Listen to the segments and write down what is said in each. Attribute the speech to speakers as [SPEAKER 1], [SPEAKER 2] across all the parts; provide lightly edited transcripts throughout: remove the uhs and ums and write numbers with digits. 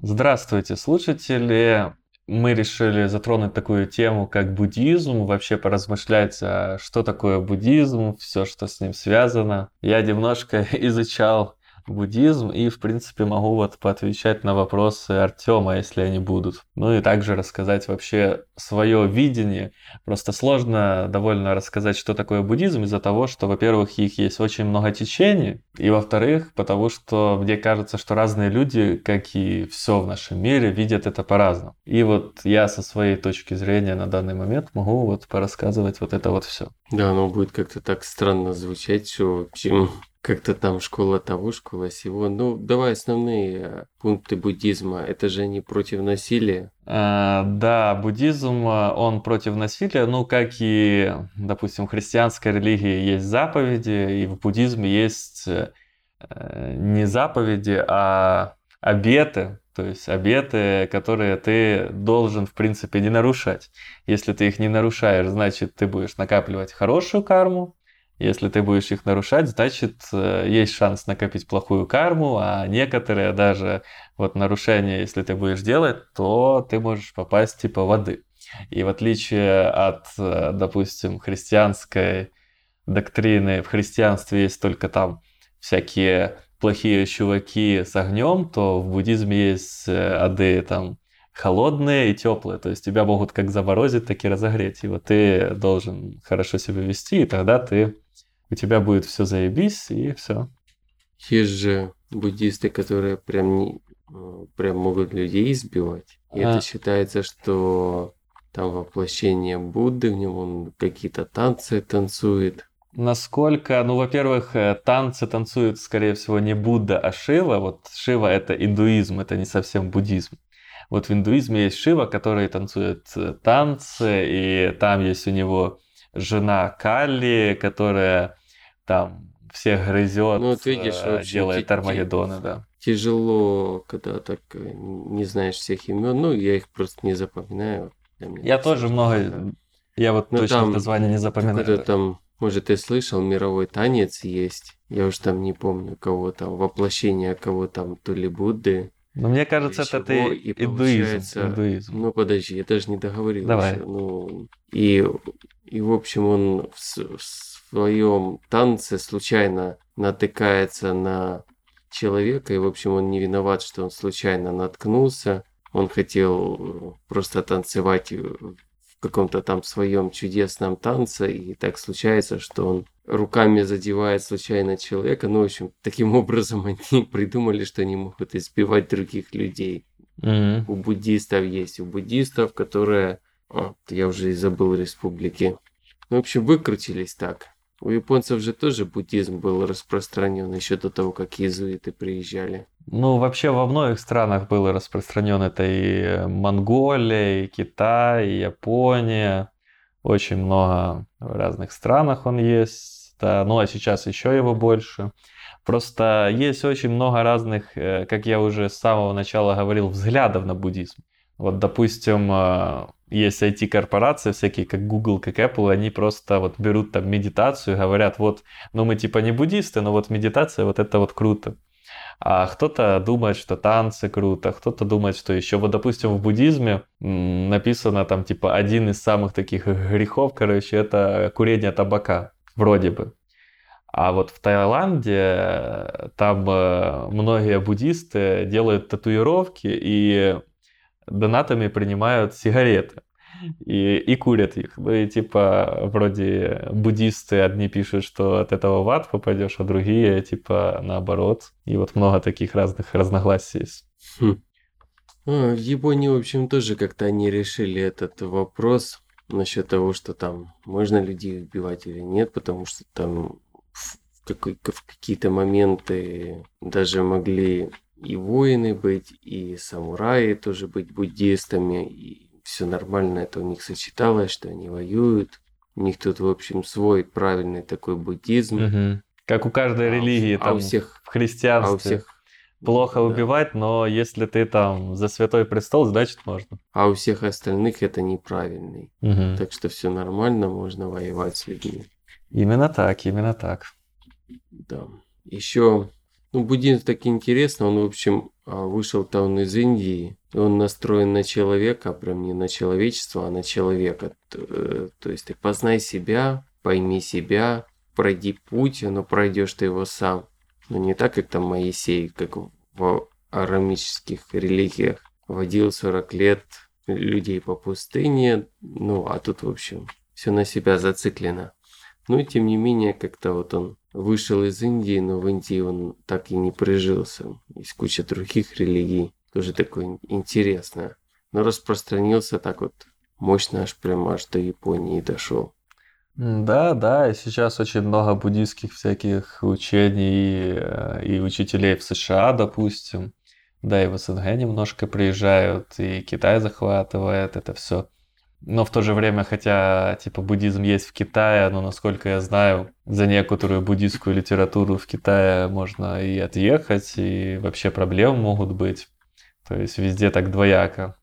[SPEAKER 1] Здравствуйте, слушатели! Мы решили затронуть такую тему, как буддизм, вообще поразмышлять, что такое буддизм, все, что с ним связано. Я немножко изучал буддизм и, в принципе, могу вот поотвечать на вопросы Артема, если они будут. Ну и также рассказать вообще свое видение. Просто сложно довольно рассказать, что такое буддизм, из-за того, что, во-первых, их есть очень много течений, и, во-вторых, потому что мне кажется, что разные люди, как и все в нашем мире, видят это по-разному. И вот я со своей точки зрения на данный момент могу вот порассказывать вот это вот все.
[SPEAKER 2] Да, оно будет как-то так странно звучать, что вообще как-то там школа того, школа сего. Ну, давай основные пункты буддизма. Это же не против насилия.
[SPEAKER 1] Да, буддизм, он против насилия, ну, как и, допустим, в христианской религии есть заповеди, и в буддизме есть не заповеди, а обеты, то есть обеты, которые ты должен, в принципе, не нарушать. Если ты их не нарушаешь, значит, ты будешь накапливать хорошую карму. Если ты будешь их нарушать, значит, есть шанс накопить плохую карму, а некоторые даже вот нарушения, если ты будешь делать, то ты можешь попасть типа в ады. И в отличие от, допустим, христианской доктрины, в христианстве есть только там всякие плохие чуваки с огнем, то в буддизме есть ады там холодные и теплые. То есть тебя могут как заморозить, так и разогреть. И вот ты должен хорошо себя вести, и тогда у тебя будет все заебись, и все.
[SPEAKER 2] Есть же буддисты, которые прям могут людей избивать. И это считается, что там воплощение Будды, в нем он какие-то танцы танцует.
[SPEAKER 1] Насколько, ну, во-первых, танцы танцует, скорее всего, не Будда, а Шива. Вот Шива это индуизм, это не совсем буддизм. Вот в индуизме есть Шива, который танцует танцы, и там есть у него жена Кали, которая там всех
[SPEAKER 2] Ну
[SPEAKER 1] грызет,
[SPEAKER 2] вот видишь, в общем,
[SPEAKER 1] делает Армагеддоны, да.
[SPEAKER 2] тяжело, когда так не знаешь всех имен. Ну, я их просто не запоминаю. Для меня
[SPEAKER 1] Я
[SPEAKER 2] это
[SPEAKER 1] тоже
[SPEAKER 2] сложно пока.
[SPEAKER 1] много, я вот
[SPEAKER 2] Но
[SPEAKER 1] точных
[SPEAKER 2] там
[SPEAKER 1] названий не запоминаю
[SPEAKER 2] какой-то
[SPEAKER 1] даже.
[SPEAKER 2] там, может, ты слышал, мировой танец есть. Я уж там не помню, кого там, воплощение кого там, то ли Будды,
[SPEAKER 1] Но мне
[SPEAKER 2] то ли
[SPEAKER 1] кажется, это
[SPEAKER 2] чего.
[SPEAKER 1] ты
[SPEAKER 2] И
[SPEAKER 1] индуизм,
[SPEAKER 2] получается,
[SPEAKER 1] индуизм.
[SPEAKER 2] ну подожди, я даже не договорил еще.
[SPEAKER 1] Давай.
[SPEAKER 2] Ну, и в общем, он в своем танце случайно натыкается на человека, и, в общем, он не виноват, что он случайно наткнулся. Он хотел просто танцевать в каком-то там своем чудесном танце, и так случается, что он руками задевает случайно человека. Ну, в общем, таким образом они придумали, что они могут избивать других людей.
[SPEAKER 1] Мгм.
[SPEAKER 2] У буддистов есть, у буддистов, которые... я уже и забыл республики. Ну, в общем, выкрутились так. У японцев же тоже буддизм был распространен еще до того, как иезуиты приезжали.
[SPEAKER 1] Ну, вообще во многих странах было распространен. Это и Монголия, и Китай, и Япония. Очень много в разных странах он есть. Да, ну, а сейчас еще его больше. Просто есть очень много разных, как я уже с самого начала говорил, взглядов на буддизм. Вот, допустим, есть IT-корпорации всякие, как Google, как Apple, они просто вот берут там медитацию и говорят, вот, ну мы типа не буддисты, но вот медитация, вот это вот круто. А кто-то думает, что танцы круто, кто-то думает, что еще. Вот, допустим, в буддизме написано там, типа, один из самых таких грехов, короче, это курение табака, вроде бы. А вот в Таиланде там многие буддисты делают татуировки и донатами принимают сигареты. И курят их. Ну и типа вроде буддисты одни пишут, что от этого в ад попадешь, а другие типа наоборот. И вот много таких разных разногласий есть.
[SPEAKER 2] Хм. В Японии, в общем, тоже как-то они решили этот вопрос насчет того, что там можно людей убивать или нет, потому что там в какие-то моменты даже могли и воины быть, и самураи тоже быть буддистами, и все нормально это у них сочеталось, что они воюют. У них тут, в общем, свой правильный такой буддизм,
[SPEAKER 1] Мгм. Как у каждой
[SPEAKER 2] а
[SPEAKER 1] религии,
[SPEAKER 2] у
[SPEAKER 1] там
[SPEAKER 2] всех,
[SPEAKER 1] в
[SPEAKER 2] а у
[SPEAKER 1] христианстве
[SPEAKER 2] всех,
[SPEAKER 1] плохо
[SPEAKER 2] да,
[SPEAKER 1] убивать, но если ты там за святой престол, значит можно.
[SPEAKER 2] а у всех остальных это неправильный.
[SPEAKER 1] Мгм.
[SPEAKER 2] Так что все нормально, можно воевать с людьми.
[SPEAKER 1] Именно так, именно так.
[SPEAKER 2] Да. Еще, ну, буддизм так интересно, он, в общем, вышел-то он из Индии, и он настроен на человека, прям не на человечество, а на человека. То есть ты познай себя, пойми себя, пройди путь, но пройдешь ты его сам. Но не так, как там Моисей, как в арамических религиях, водил 40 лет людей по пустыне, ну, а тут, в общем, все на себя зациклено. Но, тем не менее, как-то вот он вышел из Индии, но в Индии он так и не прижился. Есть куча других религий, тоже такое интересное. Но распространился так вот мощно, аж до Японии дошел.
[SPEAKER 1] Да, и сейчас очень много буддийских всяких учений и учителей в США, допустим. Да, и в СНГ немножко приезжают, и Китай захватывает это все. Но в то же время, хотя, типа, буддизм есть в Китае, но, насколько я знаю, за некоторую буддийскую литературу в Китае можно и отъехать, и вообще проблемы могут быть. То есть везде так двояко.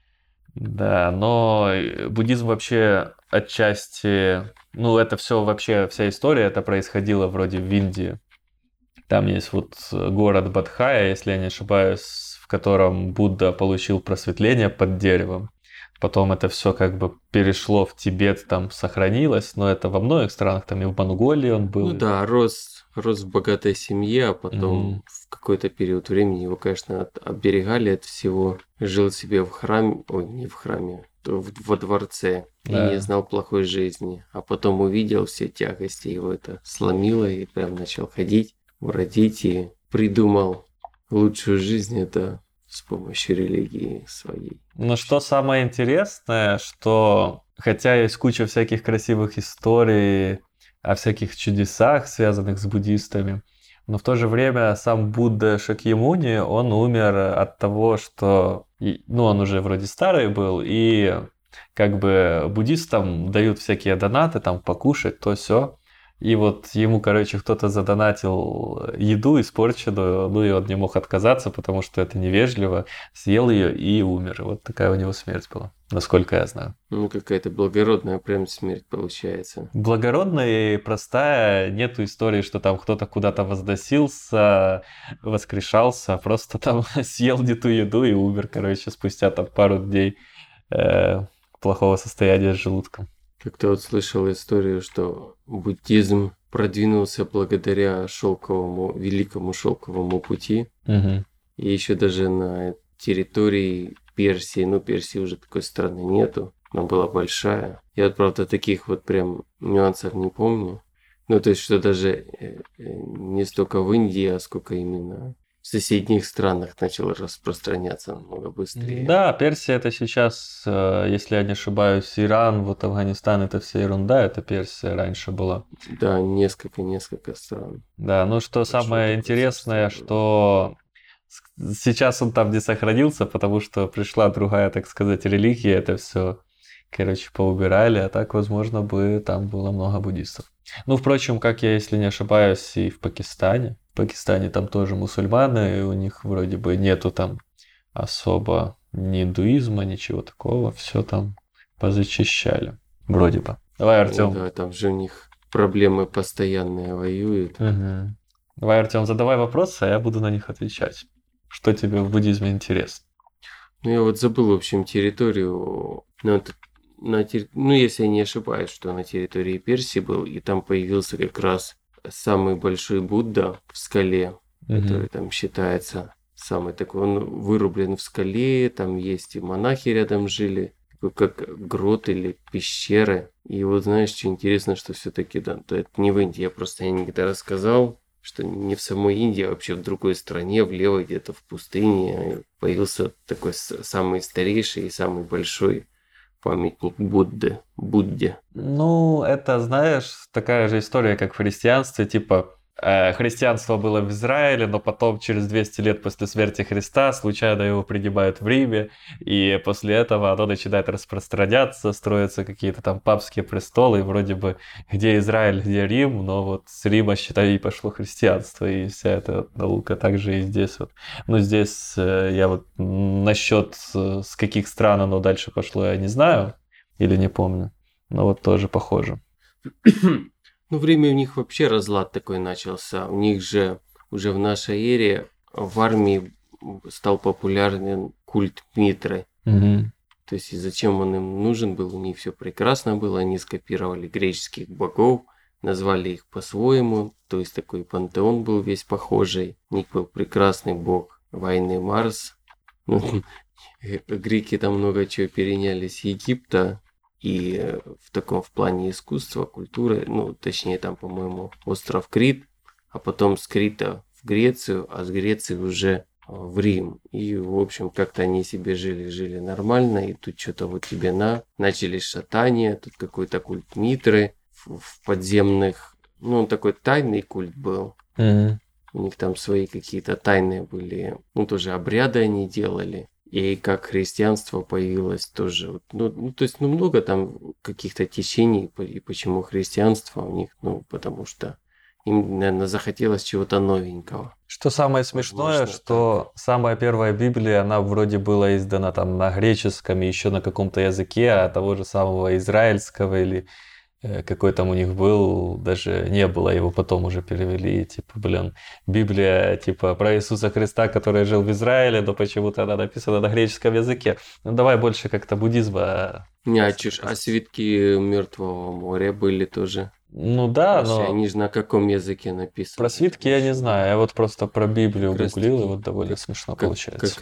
[SPEAKER 1] Да, но буддизм вообще отчасти... Ну, это все вообще, вся история, это происходило вроде в Индии. Там есть вот город Бодхгая, если я не ошибаюсь, в котором Будда получил просветление под деревом. Потом это все как бы перешло в Тибет, там сохранилось, но это во многих странах, там и в Монголии он был.
[SPEAKER 2] Ну да, рос в богатой семье, а потом в какой-то период времени его, конечно, оберегали от всего. Жил себе в храме, ой, не в храме, во дворце и не знал плохой жизни. А потом увидел все тягости, его это сломило и прям начал ходить, бродить и придумал лучшую жизнь, это с помощью религии своей.
[SPEAKER 1] Но что самое интересное, что хотя есть куча всяких красивых историй о всяких чудесах, связанных с буддистами, но в то же время сам Будда Шакьямуни, он умер от того, что, ну, он уже вроде старый был, и как бы буддистам дают всякие донаты, там, покушать, то все. И вот ему, короче, кто-то задонатил еду испорченную, ну и он не мог отказаться, потому что это невежливо, съел ее и умер. Вот такая у него смерть была, насколько я знаю.
[SPEAKER 2] Ну, какая-то благородная прям смерть получается.
[SPEAKER 1] Благородная и простая, нету истории, что там кто-то куда-то возносился, воскрешался, просто там съел не ту еду и умер, короче, спустя там пару дней плохого состояния с желудком.
[SPEAKER 2] Как-то вот слышал историю, что буддизм продвинулся благодаря великому шелковому пути.
[SPEAKER 1] Угу.
[SPEAKER 2] И еще даже на территории Персии, ну Персии уже такой страны нету, она была большая. Я вот, правда, таких вот прям нюансов не помню. Ну, то есть, что даже не столько в Индии, а сколько именно в соседних странах начало распространяться намного быстрее.
[SPEAKER 1] Да, Персия это сейчас, если я не ошибаюсь, Иран, вот Афганистан, это все ерунда, это Персия раньше была.
[SPEAKER 2] Да, несколько стран.
[SPEAKER 1] Да, ну что самое интересное, что сейчас он там не сохранился, потому что пришла другая, так сказать, религия, это все, короче, поубирали, а так, возможно, бы там было много буддистов. Ну, впрочем, как я, если не ошибаюсь, и в Пакистане. В Пакистане там тоже мусульманы, и у них вроде бы нету там особо ни индуизма, ничего такого, все там позачищали, вроде бы. Давай, Артем.
[SPEAKER 2] Ну, да, там же у них проблемы постоянные воюют.
[SPEAKER 1] Угу. Давай, Артем, задавай вопросы, а я буду на них отвечать. Что тебе в буддизме интересно?
[SPEAKER 2] Ну, я вот забыл, в общем, территорию. Ну, если я не ошибаюсь, что на территории Персии был, и там появился как раз самый большой Будда в скале, который там считается самый такой. Он вырублен в скале, там есть и монахи рядом жили, как грот или пещеры. И вот знаешь, что интересно, что все-таки, да, то это не в Индии, я никогда рассказал, что не в самой Индии, а вообще в другой стране, влево где-то в пустыне появился такой самый старейший и самый большой памятник Будде.
[SPEAKER 1] Ну, это, знаешь, такая же история, как в христианстве, типа христианство было в Израиле, но потом через 200 лет после смерти Христа случайно его принимают в Риме, и после этого оно начинает распространяться, строятся какие-то там папские престолы, и вроде бы где Израиль, где Рим, но вот с Рима, считай, и пошло христианство, и вся эта наука также и здесь вот. Но здесь я вот насчет с каких стран оно дальше пошло, я не знаю, или не помню, но вот тоже похоже.
[SPEAKER 2] Ну, в Риме у них вообще разлад такой начался. У них же уже в нашей эре в армии стал популярен культ Митры.
[SPEAKER 1] Мгм.
[SPEAKER 2] То есть и зачем он им нужен был, у них все прекрасно было, они скопировали греческих богов, назвали их по-своему, то есть такой пантеон был весь похожий, у них был прекрасный бог войны Марс. Ну, греки там много чего переняли с Египта, и в плане искусства, культуры, ну, точнее, там, по-моему, остров Крит, а потом с Крита в Грецию, а с Греции уже в Рим. И, в общем, как-то они себе жили нормально, и тут что-то вот тебе начались шатания, тут какой-то культ Митры в подземных, ну, он такой тайный культ был.
[SPEAKER 1] Мгм.
[SPEAKER 2] У них там свои какие-то тайные были, ну, тоже обряды они делали. И как христианство появилось тоже. То есть, много там каких-то течений, и почему христианство у них, потому что им, наверное, захотелось чего-то новенького.
[SPEAKER 1] Что самое смешное,
[SPEAKER 2] Возможно,
[SPEAKER 1] что самая первая Библия, она вроде была издана там на греческом и еще на каком-то языке, а того же самого израильского или какой там у них был, даже не было, его потом уже перевели, типа, Библия, типа, про Иисуса Христа, который жил в Израиле, но почему-то она написана на греческом языке. Ну, давай больше как-то буддизма.
[SPEAKER 2] А свитки Мертвого моря были тоже.
[SPEAKER 1] Ну да,
[SPEAKER 2] Слушай,
[SPEAKER 1] но
[SPEAKER 2] они же на каком языке написаны?
[SPEAKER 1] про свитки я не знаю, я вот просто про Библию
[SPEAKER 2] Как раз
[SPEAKER 1] гуглил, и
[SPEAKER 2] таки,
[SPEAKER 1] вот довольно смешно получается.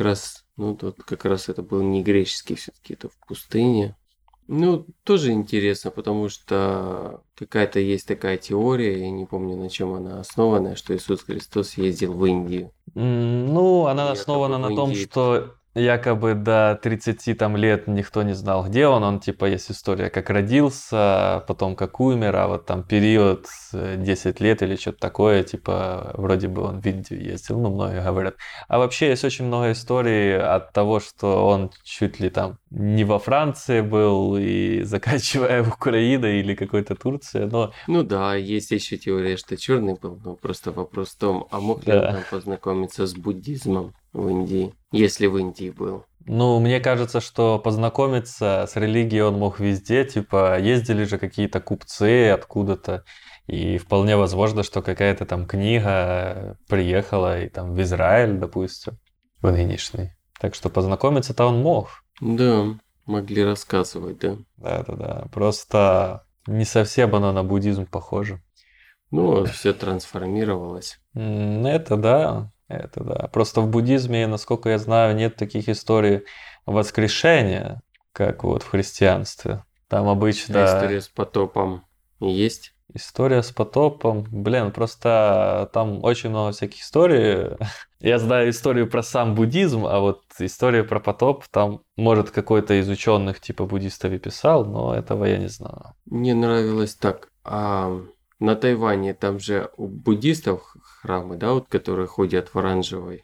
[SPEAKER 2] как раз это был не греческий, все-таки это в пустыне. Ну, тоже интересно, потому что какая-то есть такая теория, я не помню, на чем она основана, что Иисус Христос ездил в Индию.
[SPEAKER 1] Ну, она
[SPEAKER 2] Якобы
[SPEAKER 1] основана
[SPEAKER 2] в
[SPEAKER 1] на том,
[SPEAKER 2] Индии.
[SPEAKER 1] что якобы до 30 там лет никто не знал, где он. Он, типа, есть история, как родился, потом как умер, а вот там период 10 лет или что-то такое, типа, вроде бы он в Индию ездил, ну, многие говорят. А вообще есть очень много историй от того, что он чуть ли там не во Франции был, и заканчивая Украиной или какой-то Турцией, но
[SPEAKER 2] Ну да, есть еще теория, что черный был, но просто вопрос в том, а мог ли он
[SPEAKER 1] да.
[SPEAKER 2] там познакомиться с буддизмом в Индии, если в Индии был.
[SPEAKER 1] Ну, мне кажется, что познакомиться с религией он мог везде, типа, ездили же какие-то купцы откуда-то, и вполне возможно, что какая-то там книга приехала и там в Израиль, допустим, в нынешний. Так что познакомиться-то он мог.
[SPEAKER 2] Да, могли рассказывать, да.
[SPEAKER 1] Да-да-да, просто не совсем оно на буддизм похоже.
[SPEAKER 2] Ну, все трансформировалось.
[SPEAKER 1] Это да, это да. Просто в буддизме, насколько я знаю, нет таких историй воскрешения, как вот в христианстве. Там
[SPEAKER 2] А
[SPEAKER 1] обычно
[SPEAKER 2] история с потопом есть?
[SPEAKER 1] история с потопом. Просто там очень много всяких историй. Я знаю историю про сам буддизм, а вот историю про потоп там, может, какой-то из ученых типа буддистов и писал, но этого я не знаю.
[SPEAKER 2] Мне нравилось так. На Тайване там же у буддистов храмы, да, вот которые ходят в оранжевых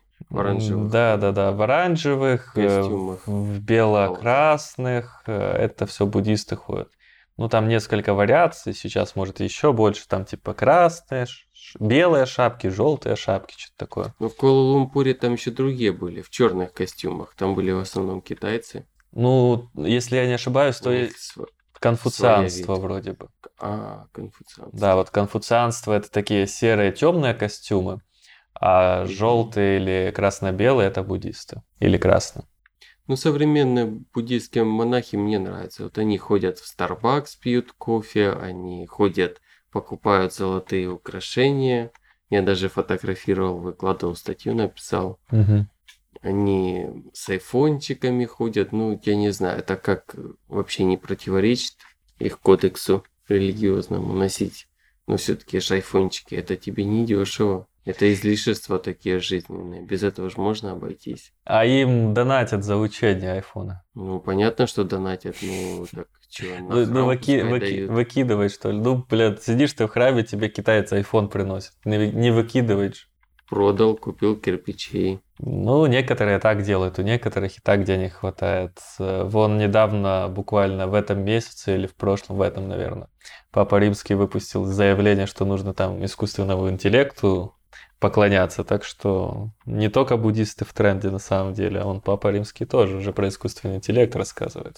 [SPEAKER 1] Да, в оранжевых,
[SPEAKER 2] костюмах.
[SPEAKER 1] в бело-красных, это все буддисты ходят. Ну, там несколько вариаций, сейчас, может, еще больше, там типа красные, белые шапки, желтые шапки, что-то такое.
[SPEAKER 2] Но в Куала-Лумпуре там еще другие были, в черных костюмах. Там были в основном китайцы.
[SPEAKER 1] Ну, если я не ошибаюсь,
[SPEAKER 2] У
[SPEAKER 1] то
[SPEAKER 2] них
[SPEAKER 1] конфуцианство
[SPEAKER 2] своя
[SPEAKER 1] вроде бы.
[SPEAKER 2] конфуцианцы.
[SPEAKER 1] Да, вот конфуцианство это такие серые темные костюмы, а
[SPEAKER 2] Мгм.
[SPEAKER 1] желтые или красно-белые это буддисты. Или красные.
[SPEAKER 2] Ну, современные буддийские монахи мне нравятся. Вот они ходят в Starbucks, пьют кофе, они ходят, покупают золотые украшения. Я даже фотографировал, выкладывал статью, написал.
[SPEAKER 1] Мгм.
[SPEAKER 2] Они с айфончиками ходят. Ну, я не знаю, это как вообще не противоречит их кодексу религиозному носить. Но все-таки же айфончики, это тебе не дешево. Это излишества такие жизненные. Без этого же можно обойтись.
[SPEAKER 1] А им донатят за учение айфона.
[SPEAKER 2] Ну, понятно, что донатят, ну, так, чё, на
[SPEAKER 1] Ну,
[SPEAKER 2] храм пускай дают.
[SPEAKER 1] выкидывай, что ли. Ну, блядь, сидишь ты в храме, тебе китаец айфон приносит. Не выкидывай ж.
[SPEAKER 2] Продал, купил кирпичей.
[SPEAKER 1] Ну, некоторые так делают, у некоторых и так денег хватает. Вон недавно, буквально в этом месяце или в прошлом, в этом, наверное, Папа Римский выпустил заявление, что нужно там искусственному интеллекту поклоняться. Так что не только буддисты в тренде на самом деле, а он Папа Римский тоже уже про искусственный интеллект рассказывает.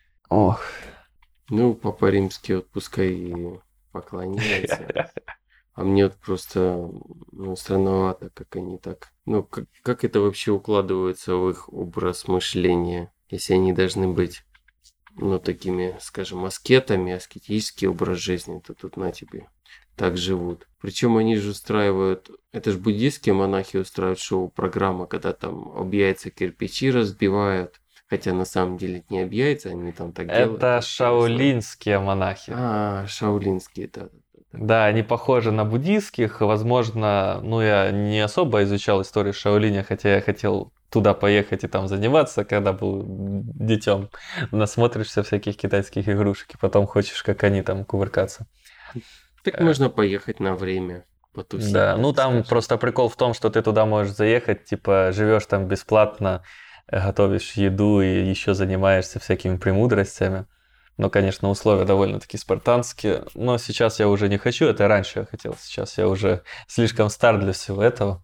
[SPEAKER 1] Ох.
[SPEAKER 2] Ну, Папа Римский, вот пускай и поклоняется. А мне вот просто странновато, как они так. Как это вообще укладывается в их образ мышления, если они должны быть, такими, скажем, аскетами, аскетический образ жизни, то тут на тебе так живут. Причем они же устраивают, это же буддийские монахи устраивают шоу-программы, когда там об яйца кирпичи разбивают. Хотя на самом деле это не об яйца, они там так делают.
[SPEAKER 1] Это шаолинские монахи.
[SPEAKER 2] Шаолинские, да.
[SPEAKER 1] Да, они похожи на буддийских. Возможно, я не особо изучал историю Шаолиня, хотя я хотел туда поехать и там заниматься, когда был детем. Насмотришься всяких китайских игрушек, и потом хочешь, как они там, кувыркаться.
[SPEAKER 2] Так можно поехать на время, потусить.
[SPEAKER 1] Да, там просто прикол в том, что ты туда можешь заехать, типа живешь там бесплатно, готовишь еду и еще занимаешься всякими премудростями. Но, конечно, условия довольно-таки спартанские. Но сейчас я уже не хочу, это раньше я хотел. Сейчас я уже слишком стар для всего этого.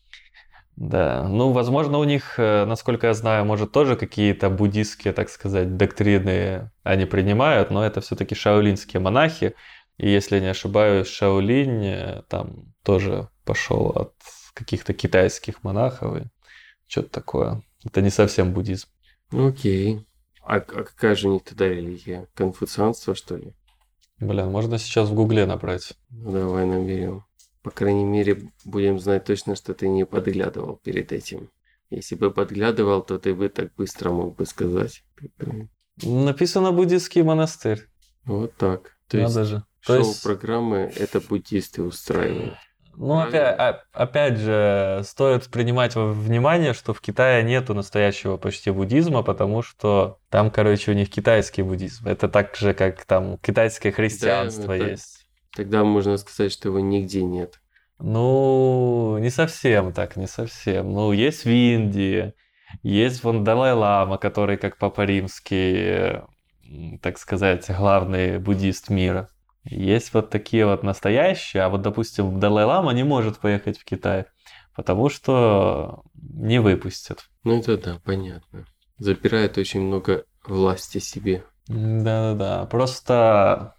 [SPEAKER 1] Да, возможно, у них, насколько я знаю, может, тоже какие-то буддистские, так сказать, доктрины они принимают, но это все-таки шаолинские монахи. И если я не ошибаюсь, Шаолинь там тоже пошел от каких-то китайских монахов и что-то такое. Это не совсем буддизм.
[SPEAKER 2] Окей. А какая же у них тогда религия? Конфуцианство, что ли?
[SPEAKER 1] Можно сейчас в Гугле набрать.
[SPEAKER 2] Давай наберем. По крайней мере, будем знать точно, что ты не подглядывал перед этим. Если бы подглядывал, то ты бы так быстро мог бы сказать.
[SPEAKER 1] Написано «Буддийский монастырь».
[SPEAKER 2] Вот так. То
[SPEAKER 1] Надо
[SPEAKER 2] есть
[SPEAKER 1] же.
[SPEAKER 2] шоу-программы это буддисты устраивают.
[SPEAKER 1] Опять же, стоит принимать во внимание, что в Китае нету настоящего почти буддизма, потому что там, у них китайский буддизм. Это так же, как там китайское христианство есть.
[SPEAKER 2] Тогда можно сказать, что его нигде нет.
[SPEAKER 1] Не совсем так, не совсем. Есть в Индии, есть вон Далай-лама, который как Папа Римский, так сказать, главный буддист мира. Есть вот такие вот настоящие, а вот, допустим, Далай-лама не может поехать в Китай, потому что не выпустят.
[SPEAKER 2] Это да, понятно. Запирает очень много власти себе.
[SPEAKER 1] Да-да-да, просто,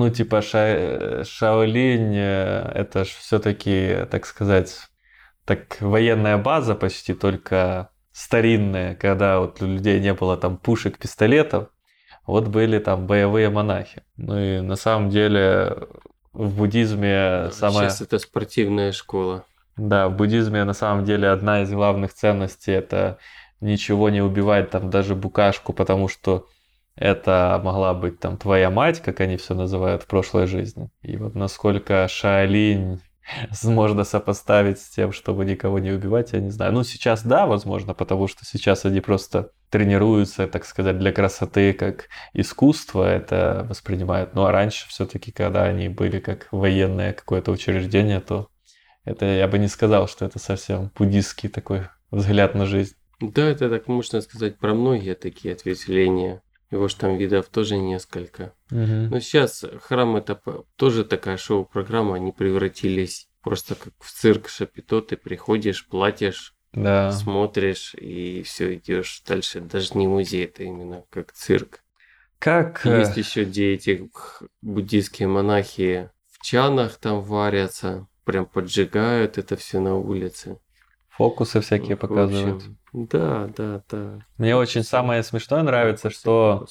[SPEAKER 1] Шаолинь, это ж все-таки, так сказать, военная база почти, только старинная, когда вот у людей не было там пушек, пистолетов. Вот были там боевые монахи. И на самом деле в буддизме
[SPEAKER 2] Сейчас это спортивная школа.
[SPEAKER 1] Да, в буддизме на самом деле одна из главных ценностей – это ничего не убивать, там даже букашку, потому что это могла быть там твоя мать, как они все называют в прошлой жизни. И вот насколько Шаолинь можно сопоставить с тем, чтобы никого не убивать, я не знаю. Сейчас да, возможно, потому что сейчас они просто тренируются, так сказать, для красоты, как искусство это воспринимают. А раньше все-таки, когда они были как военное какое-то учреждение, то это я бы не сказал, что это совсем буддистский такой взгляд на жизнь.
[SPEAKER 2] Да, это так можно сказать про многие такие ответвления. Его ж там видов тоже несколько. Но сейчас храм это тоже такая шоу-программа, они превратились просто как в цирк Шапито. Ты приходишь, платишь, смотришь и все идешь дальше. Даже не музей, это именно как цирк. Есть еще где эти буддийские монахи в чанах там варятся, прям поджигают это все на улице.
[SPEAKER 1] Фокусы всякие показывают.
[SPEAKER 2] Да.
[SPEAKER 1] Мне очень самое смешное нравится, что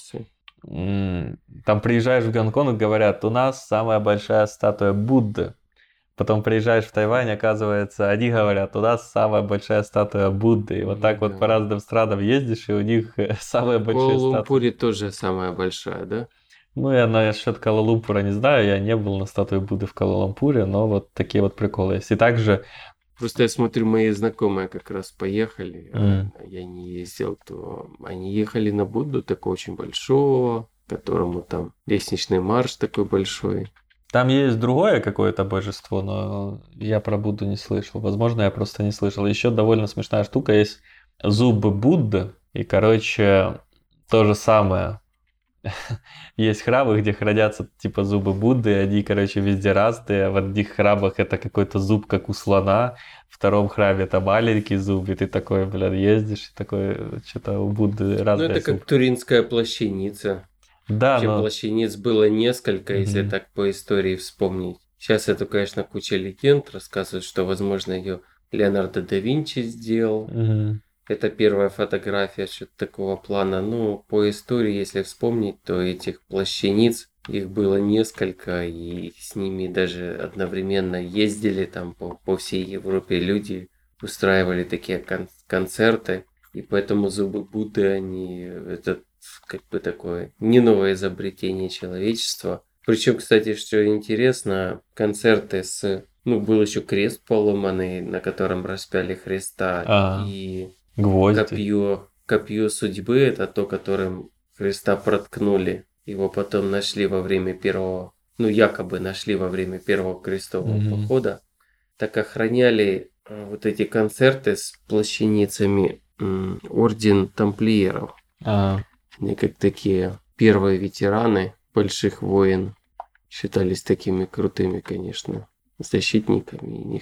[SPEAKER 1] там приезжаешь в Гонконг, говорят, у нас самая большая статуя Будды. Потом приезжаешь в Тайвань, оказывается, они говорят, у нас самая большая статуя Будды. И вот так вот по разным странам ездишь, и у них самая большая статуя.
[SPEAKER 2] В Куала-Лумпуре тоже самая большая, да?
[SPEAKER 1] Я насчет Куала-Лумпура не знаю, я не был на статуе Будды в Куала-Лумпуре, но вот такие вот приколы есть. И также...
[SPEAKER 2] Просто я смотрю, мои знакомые как раз поехали, я не ездил, то они ехали на Будду, такого очень большого, которому там лестничный марш такой большой.
[SPEAKER 1] Там есть другое какое-то божество, но я про Будду не слышал. Возможно, я просто не слышал. Еще довольно смешная штука, есть зубы Будды, и, то же самое. Есть храмы, где хранятся типа зубы Будды, и они, везде разные. В одних храмах это какой-то зуб, как у слона, в втором храме это маленький зуб, и ты такой, ездишь, и такой, что-то у Будды разные
[SPEAKER 2] это
[SPEAKER 1] зубы.
[SPEAKER 2] как Туринская плащаница.
[SPEAKER 1] Да,
[SPEAKER 2] плащаниц было несколько, если так по истории вспомнить. Сейчас это, конечно, куча легенд. Рассказывают, что, возможно, ее Леонардо да Винчи сделал.
[SPEAKER 1] Мгм.
[SPEAKER 2] Это первая фотография что-то такого плана. Ну, по истории, если вспомнить, то этих плащаниц, их было несколько, и с ними даже одновременно ездили там по всей Европе люди, устраивали такие концерты. И поэтому зубы Будды, они, это как бы такое не новое изобретение человечества. Причем, кстати, что интересно, концерты ну, был еще крест поломанный, на котором распяли Христа,
[SPEAKER 1] А,
[SPEAKER 2] и
[SPEAKER 1] гвозди.
[SPEAKER 2] копье судьбы, это то, которым Христа проткнули. Его потом нашли во время первого, ну, якобы нашли во время первого крестового
[SPEAKER 1] Мгм.
[SPEAKER 2] похода. Так охраняли вот эти концерты с плащаницами орден тамплиеров.
[SPEAKER 1] А,
[SPEAKER 2] Они как такие первые ветераны больших войн. Считались такими крутыми, конечно, защитниками. И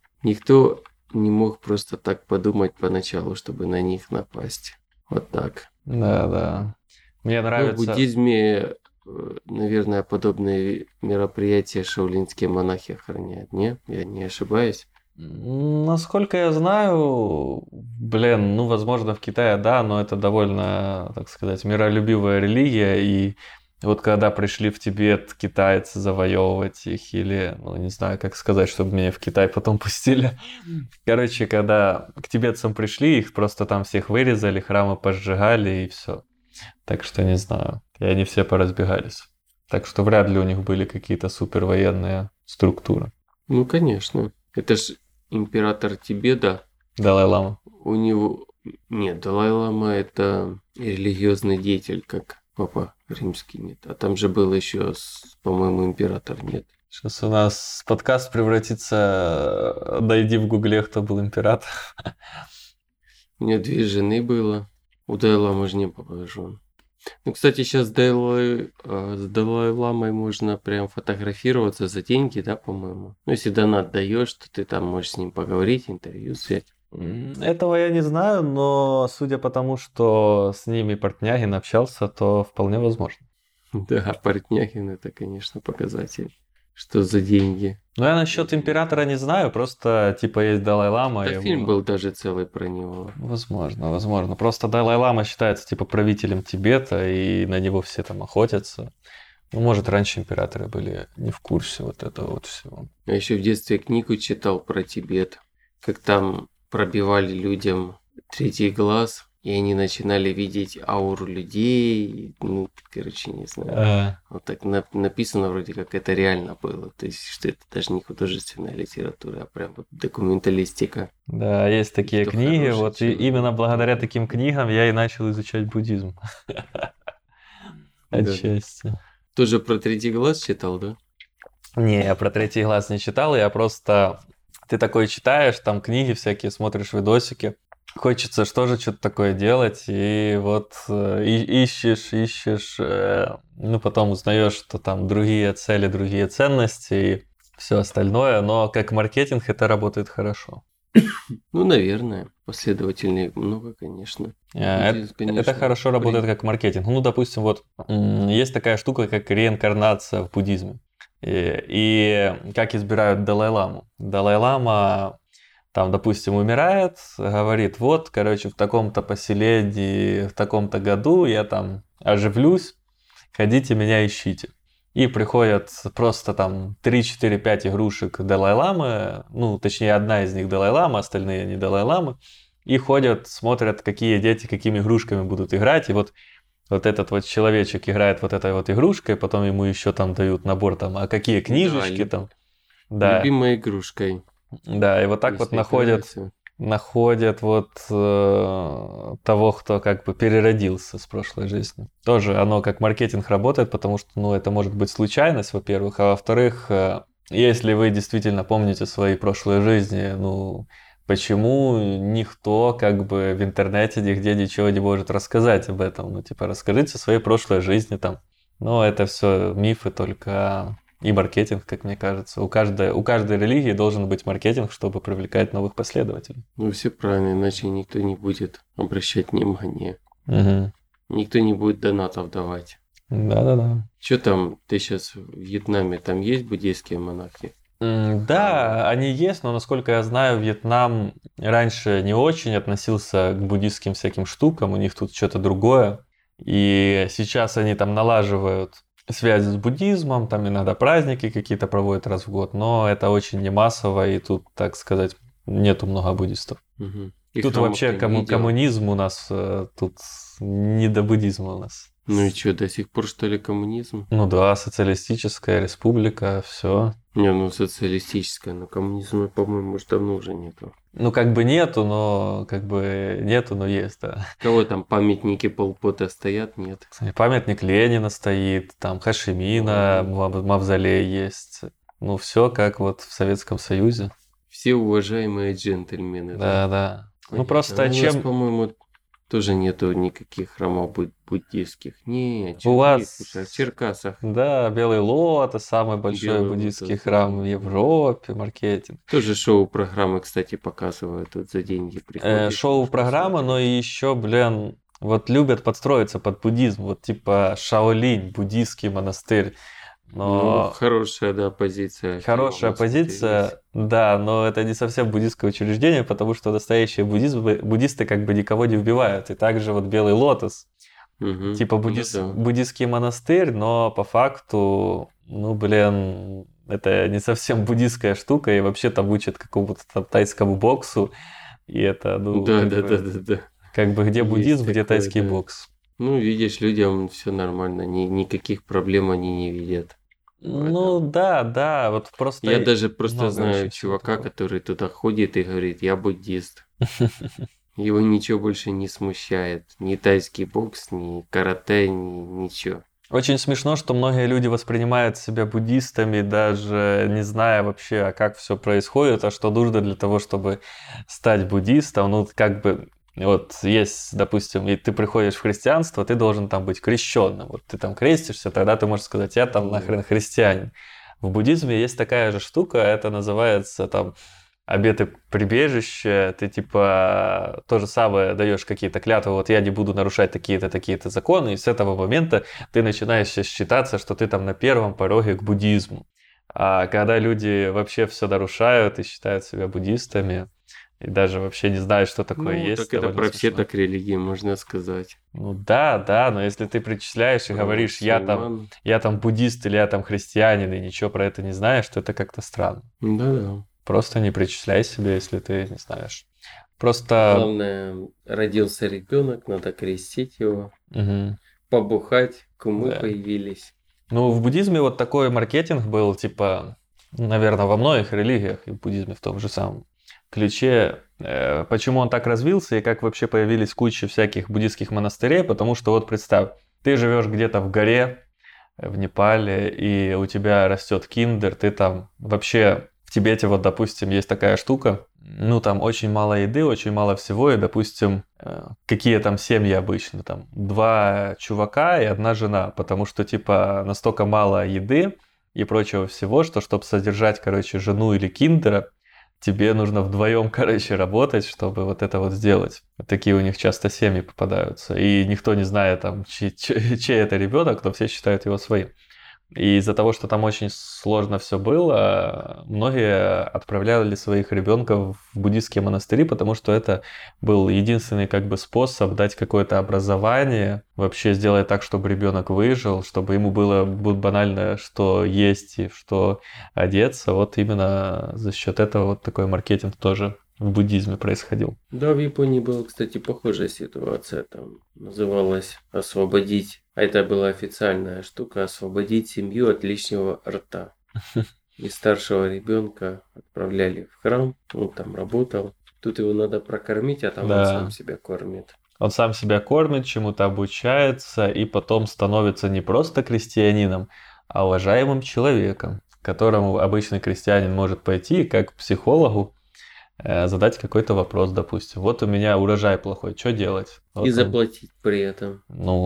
[SPEAKER 2] никто не мог просто так подумать поначалу, чтобы на них напасть. Вот так.
[SPEAKER 1] да, да. Мне
[SPEAKER 2] Ну, в
[SPEAKER 1] нравится.
[SPEAKER 2] буддизме, наверное, подобные мероприятия шаолинские монахи охраняют. Не? Я не ошибаюсь?
[SPEAKER 1] Насколько я знаю, блин, ну, возможно, в Китае, да, но это довольно, так сказать, миролюбивая религия, и вот когда пришли в Тибет китайцы завоевывать их, или, ну, не знаю, как сказать, чтобы меня в Китай потом пустили. Короче, когда к тибетцам пришли, их просто там всех вырезали, храмы поджигали, и все. Так что не знаю, и они все поразбегались. Так что вряд ли у них были какие-то супервоенные структуры.
[SPEAKER 2] Ну, конечно. Это ж император Тибета.
[SPEAKER 1] Далай-лама.
[SPEAKER 2] У него... Нет, Далай-лама это религиозный деятель, как Папа Римский, нет. А там же был еще, по-моему, император, нет.
[SPEAKER 1] Сейчас у нас подкаст превратится... Найди в гугле, кто был император.
[SPEAKER 2] У меня 2 жены было. У Далай-ламы же не было жен. Ну, кстати, сейчас с Далай-ламой можно прям фотографироваться за деньги, да, по-моему. Ну, если донат даешь, то ты там можешь с ним поговорить, интервью взять.
[SPEAKER 1] Этого я не знаю, но судя по тому, что с ними Портнягин общался, то вполне возможно.
[SPEAKER 2] Да, Портнягин это, конечно, показатель. Что за деньги?
[SPEAKER 1] Но я насчет императора не знаю, просто типа есть Далай-лама,
[SPEAKER 2] Да, фильм
[SPEAKER 1] его...
[SPEAKER 2] был даже целый про него.
[SPEAKER 1] Возможно, возможно. Просто Далай-лама считается типа правителем Тибета, и на него все там охотятся. Ну, может, раньше императоры были не в курсе вот этого вот всего.
[SPEAKER 2] Я еще в детстве книгу читал про Тибет, как там пробивали людям третий глаз, и они начинали видеть ауру людей. Ну, короче, не знаю.
[SPEAKER 1] А,
[SPEAKER 2] Вот так написано вроде как это реально было. То есть, что это даже не художественная литература, а прям вот документалистика.
[SPEAKER 1] да, есть
[SPEAKER 2] И
[SPEAKER 1] такие
[SPEAKER 2] кто
[SPEAKER 1] книги,
[SPEAKER 2] хороший
[SPEAKER 1] вот и
[SPEAKER 2] человек,
[SPEAKER 1] именно благодаря
[SPEAKER 2] кто...
[SPEAKER 1] таким книгам я и начал изучать буддизм.
[SPEAKER 2] Да.
[SPEAKER 1] Отчасти.
[SPEAKER 2] Тоже про третий глаз читал, да?
[SPEAKER 1] Не, я про третий глаз не читал, я просто... Ты такой читаешь, там книги всякие, смотришь видосики. Хочется что же что-то такое делать, и вот ищешь, ну потом узнаешь, что там другие цели, другие ценности и все остальное, но как маркетинг это работает хорошо.
[SPEAKER 2] Ну, наверное. Последовательных много, конечно.
[SPEAKER 1] Это,
[SPEAKER 2] Буддизм, конечно,
[SPEAKER 1] хорошо работает как маркетинг. Ну, допустим, вот есть такая штука, как реинкарнация в буддизме. И как избирают Далай-ламу? Далай-лама там, допустим, умирает, говорит, вот, короче, в таком-то поселении, в таком-то году я там оживлюсь, ходите меня ищите. И приходят просто там 3-4-5 игрушек Далай-ламы, ну, точнее, одна из них Далай-лама, остальные не Далай-ламы, и ходят, смотрят, какие дети какими игрушками будут играть, и вот этот вот человечек играет вот этой вот игрушкой, потом ему еще там дают набор там, а какие
[SPEAKER 2] да,
[SPEAKER 1] книжечки там, да,
[SPEAKER 2] любимой игрушкой.
[SPEAKER 1] да, и вот так вот
[SPEAKER 2] Если играется.
[SPEAKER 1] находят вот того, кто как бы переродился с прошлой жизни. Тоже оно как маркетинг работает, потому что, ну, это может быть случайность, во-первых, а во-вторых, если вы действительно помните свои прошлые жизни, ну, почему никто как бы в интернете нигде ничего не может рассказать об этом? Ну, типа, расскажите о своей прошлой жизни там. Но это все мифы только и маркетинг, как мне кажется. У каждой религии должен быть маркетинг, чтобы привлекать новых последователей.
[SPEAKER 2] Ну, все правильно, иначе никто не будет обращать внимание.
[SPEAKER 1] Угу.
[SPEAKER 2] Никто не будет донатов давать.
[SPEAKER 1] Да-да-да.
[SPEAKER 2] Что там, ты сейчас в Вьетнаме, там есть буддийские монахи?
[SPEAKER 1] Да, они есть, но, насколько я знаю, Вьетнам раньше не очень относился к буддистским всяким штукам, у них тут что-то другое. И сейчас они там налаживают связи с буддизмом, там иногда праздники какие-то проводят раз в год, но это очень не массово, и тут, так сказать, нету много буддистов.
[SPEAKER 2] Угу. И
[SPEAKER 1] Тут
[SPEAKER 2] храмов
[SPEAKER 1] вообще
[SPEAKER 2] ты не видел?
[SPEAKER 1] коммунизм у нас, тут не до буддизма у нас.
[SPEAKER 2] Ну и что, до сих пор что ли коммунизм?
[SPEAKER 1] Ну да, социалистическая республика, все.
[SPEAKER 2] Не, ну социалистическая, но коммунизма, по-моему, уж давно уже нету.
[SPEAKER 1] Ну, как бы нету, но есть, да.
[SPEAKER 2] Кого там памятники Пол Пота стоят? Нет.
[SPEAKER 1] Кстати, памятник Ленина стоит, там Хошимина, мавзолей есть. Ну, все как вот в Советском Союзе.
[SPEAKER 2] Все уважаемые джентльмены.
[SPEAKER 1] Да, да. Ну,
[SPEAKER 2] Понятно.
[SPEAKER 1] просто
[SPEAKER 2] У нас,
[SPEAKER 1] чем
[SPEAKER 2] по-моему, тоже нету никаких храмов буддийских. Не,
[SPEAKER 1] у вас...
[SPEAKER 2] слушай, в Черкасах.
[SPEAKER 1] Да, Белый Лотос, самый большой
[SPEAKER 2] Белый
[SPEAKER 1] буддийский
[SPEAKER 2] Лотос,
[SPEAKER 1] храм
[SPEAKER 2] да.
[SPEAKER 1] в Европе, маркетинг.
[SPEAKER 2] Тоже шоу-программы, кстати, показывают. Вот за деньги приходишь.
[SPEAKER 1] Шоу-программа, но и еще, вот любят подстроиться под буддизм, вот типа Шаолинь, буддийский монастырь.
[SPEAKER 2] Ну,
[SPEAKER 1] Но
[SPEAKER 2] хорошая, да, позиция.
[SPEAKER 1] хорошая
[SPEAKER 2] Фильмы смотрелись.
[SPEAKER 1] позиция, да, но это не совсем буддийское учреждение, потому что настоящие буддисты как бы никого не убивают. И также вот Белый Лотос,
[SPEAKER 2] Мгм.
[SPEAKER 1] типа
[SPEAKER 2] Ну да.
[SPEAKER 1] буддийский монастырь, но по факту, это не совсем буддийская штука, и вообще там учат какому-то там тайскому боксу, и это,
[SPEAKER 2] Да, да, да, да, да.
[SPEAKER 1] как бы где
[SPEAKER 2] Есть
[SPEAKER 1] буддизм, где
[SPEAKER 2] такое,
[SPEAKER 1] тайский
[SPEAKER 2] да.
[SPEAKER 1] бокс.
[SPEAKER 2] Ну, видишь, людям все нормально, никаких проблем они не видят.
[SPEAKER 1] Ну да, вот просто
[SPEAKER 2] Я даже просто
[SPEAKER 1] много
[SPEAKER 2] знаю
[SPEAKER 1] очень всего
[SPEAKER 2] чувака,
[SPEAKER 1] такого.
[SPEAKER 2] который туда ходит и говорит, я буддист. Его ничего больше не смущает. Ни тайский бокс, ни карате, ни ничего.
[SPEAKER 1] Очень смешно, что многие люди воспринимают себя буддистами, даже не зная вообще, как все происходит, а что нужно для того, чтобы стать буддистом. Ну, как бы, вот есть, допустим, и ты приходишь в христианство, ты должен там быть крещенным. Вот ты там крестишься, тогда ты можешь сказать, я там нахрен христианин. В буддизме есть такая же штука, это называется там обеты прибежище, ты типа то же самое даешь какие-то клятвы, вот я не буду нарушать такие-то законы, и с этого момента ты начинаешь считаться, что ты там на первом пороге к буддизму. А когда люди вообще все нарушают и считают себя буддистами, и даже вообще не знают, что такое
[SPEAKER 2] Ну,
[SPEAKER 1] есть,
[SPEAKER 2] так это
[SPEAKER 1] довольно
[SPEAKER 2] про все
[SPEAKER 1] смешно.
[SPEAKER 2] так религии, можно сказать.
[SPEAKER 1] Ну да, но если ты причисляешь и
[SPEAKER 2] Про
[SPEAKER 1] говоришь,
[SPEAKER 2] мусульман.
[SPEAKER 1] я там буддист или я там христианин, и ничего про это не знаешь, то это как-то странно.
[SPEAKER 2] Да-да.
[SPEAKER 1] Просто не причисляй себе, если ты не знаешь. Просто...
[SPEAKER 2] Главное, родился ребенок, надо крестить его,
[SPEAKER 1] Мгм.
[SPEAKER 2] побухать, кумы
[SPEAKER 1] Да.
[SPEAKER 2] появились.
[SPEAKER 1] Ну, в буддизме вот такой маркетинг был, типа, наверное, во многих религиях, и в буддизме в том же самом ключе. Почему он так развился и как вообще появились куча всяких буддийских монастырей? Потому что вот представь, ты живешь где-то в горе, в Непале, и у тебя растет киндер, ты там вообще в Тибете, вот, допустим, есть такая штука, ну, там очень мало еды, очень мало всего, и, допустим, какие там семьи обычно, там, 2 чувака и 1 жена, потому что, типа, настолько мало еды и прочего всего, что, чтобы содержать, короче, жену или киндера, тебе нужно вдвоем, короче, работать, чтобы вот это вот сделать. Вот такие у них часто семьи попадаются. И никто не знает, там, чей это ребенок, но все считают его своим. И из-за того, что там очень сложно все было, многие отправляли своих ребенков в буддийские монастыри, потому что это был единственный как бы способ дать какое-то образование, вообще сделать так, чтобы ребенок выжил, чтобы ему было банально что есть и что одеться. Вот именно за счет этого вот такой маркетинг тоже в буддизме происходил.
[SPEAKER 2] Да, в Японии была, кстати, похожая ситуация. Там называлось «освободить». А это была официальная штука «освободить семью от лишнего рта». И старшего ребенка отправляли в храм, он там работал. Тут его надо прокормить, а там он
[SPEAKER 1] Да.
[SPEAKER 2] сам себя кормит.
[SPEAKER 1] Он сам себя кормит, чему-то обучается и потом становится не просто крестьянином, а уважаемым человеком, к которому обычный крестьянин может пойти как к психологу, задать какой-то вопрос, допустим. Вот у меня урожай плохой, что делать? Вот
[SPEAKER 2] И
[SPEAKER 1] он,
[SPEAKER 2] заплатить при этом.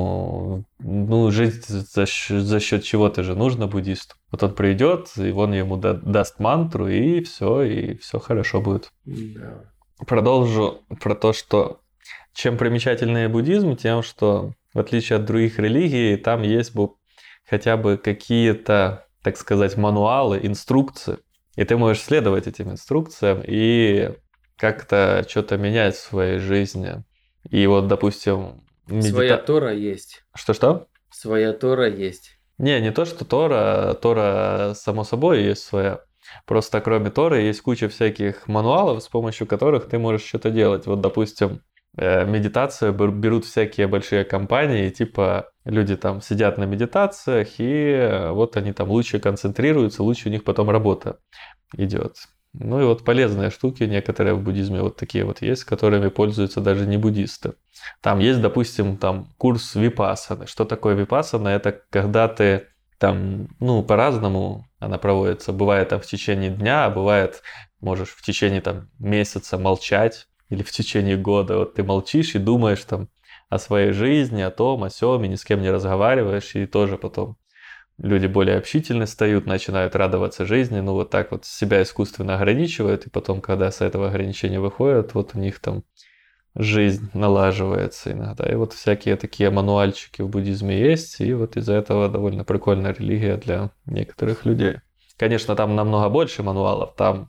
[SPEAKER 1] ну, жить за счет чего-то же нужно буддисту. Вот он придет, и он ему даст мантру, и все хорошо будет.
[SPEAKER 2] Да.
[SPEAKER 1] Продолжу про то, что чем примечательнее буддизм, тем, что в отличие от других религий, там есть хотя бы какие-то, так сказать, мануалы, инструкции. И ты можешь следовать этим инструкциям и как-то что-то менять в своей жизни. И вот, допустим,
[SPEAKER 2] Своя Тора есть.
[SPEAKER 1] Что-что?
[SPEAKER 2] Своя Тора есть.
[SPEAKER 1] Не то, что Тора, само собой, есть своя. Просто кроме Торы есть куча всяких мануалов, с помощью которых ты можешь что-то делать. Вот, допустим, медитацию берут всякие большие компании, типа люди там сидят на медитациях, и вот они там лучше концентрируются, лучше у них потом работа идет. Ну и вот полезные штуки некоторые в буддизме вот такие вот есть, которыми пользуются даже не буддисты. Там есть, допустим, там курс випассаны. Что такое випассана? Это когда ты там, по-разному она проводится. Бывает там в течение дня, а бывает можешь в течение там месяца молчать или в течение года. Вот ты молчишь и думаешь там о своей жизни, о том, о сём, и ни с кем не разговариваешь, и тоже потом люди более общительны стают, начинают радоваться жизни, вот так вот себя искусственно ограничивают, и потом, когда с этого ограничения выходят, вот у них там жизнь налаживается иногда. И вот всякие такие мануальчики в буддизме есть, и вот из-за этого довольно прикольная религия для некоторых людей. Конечно, там намного больше мануалов, там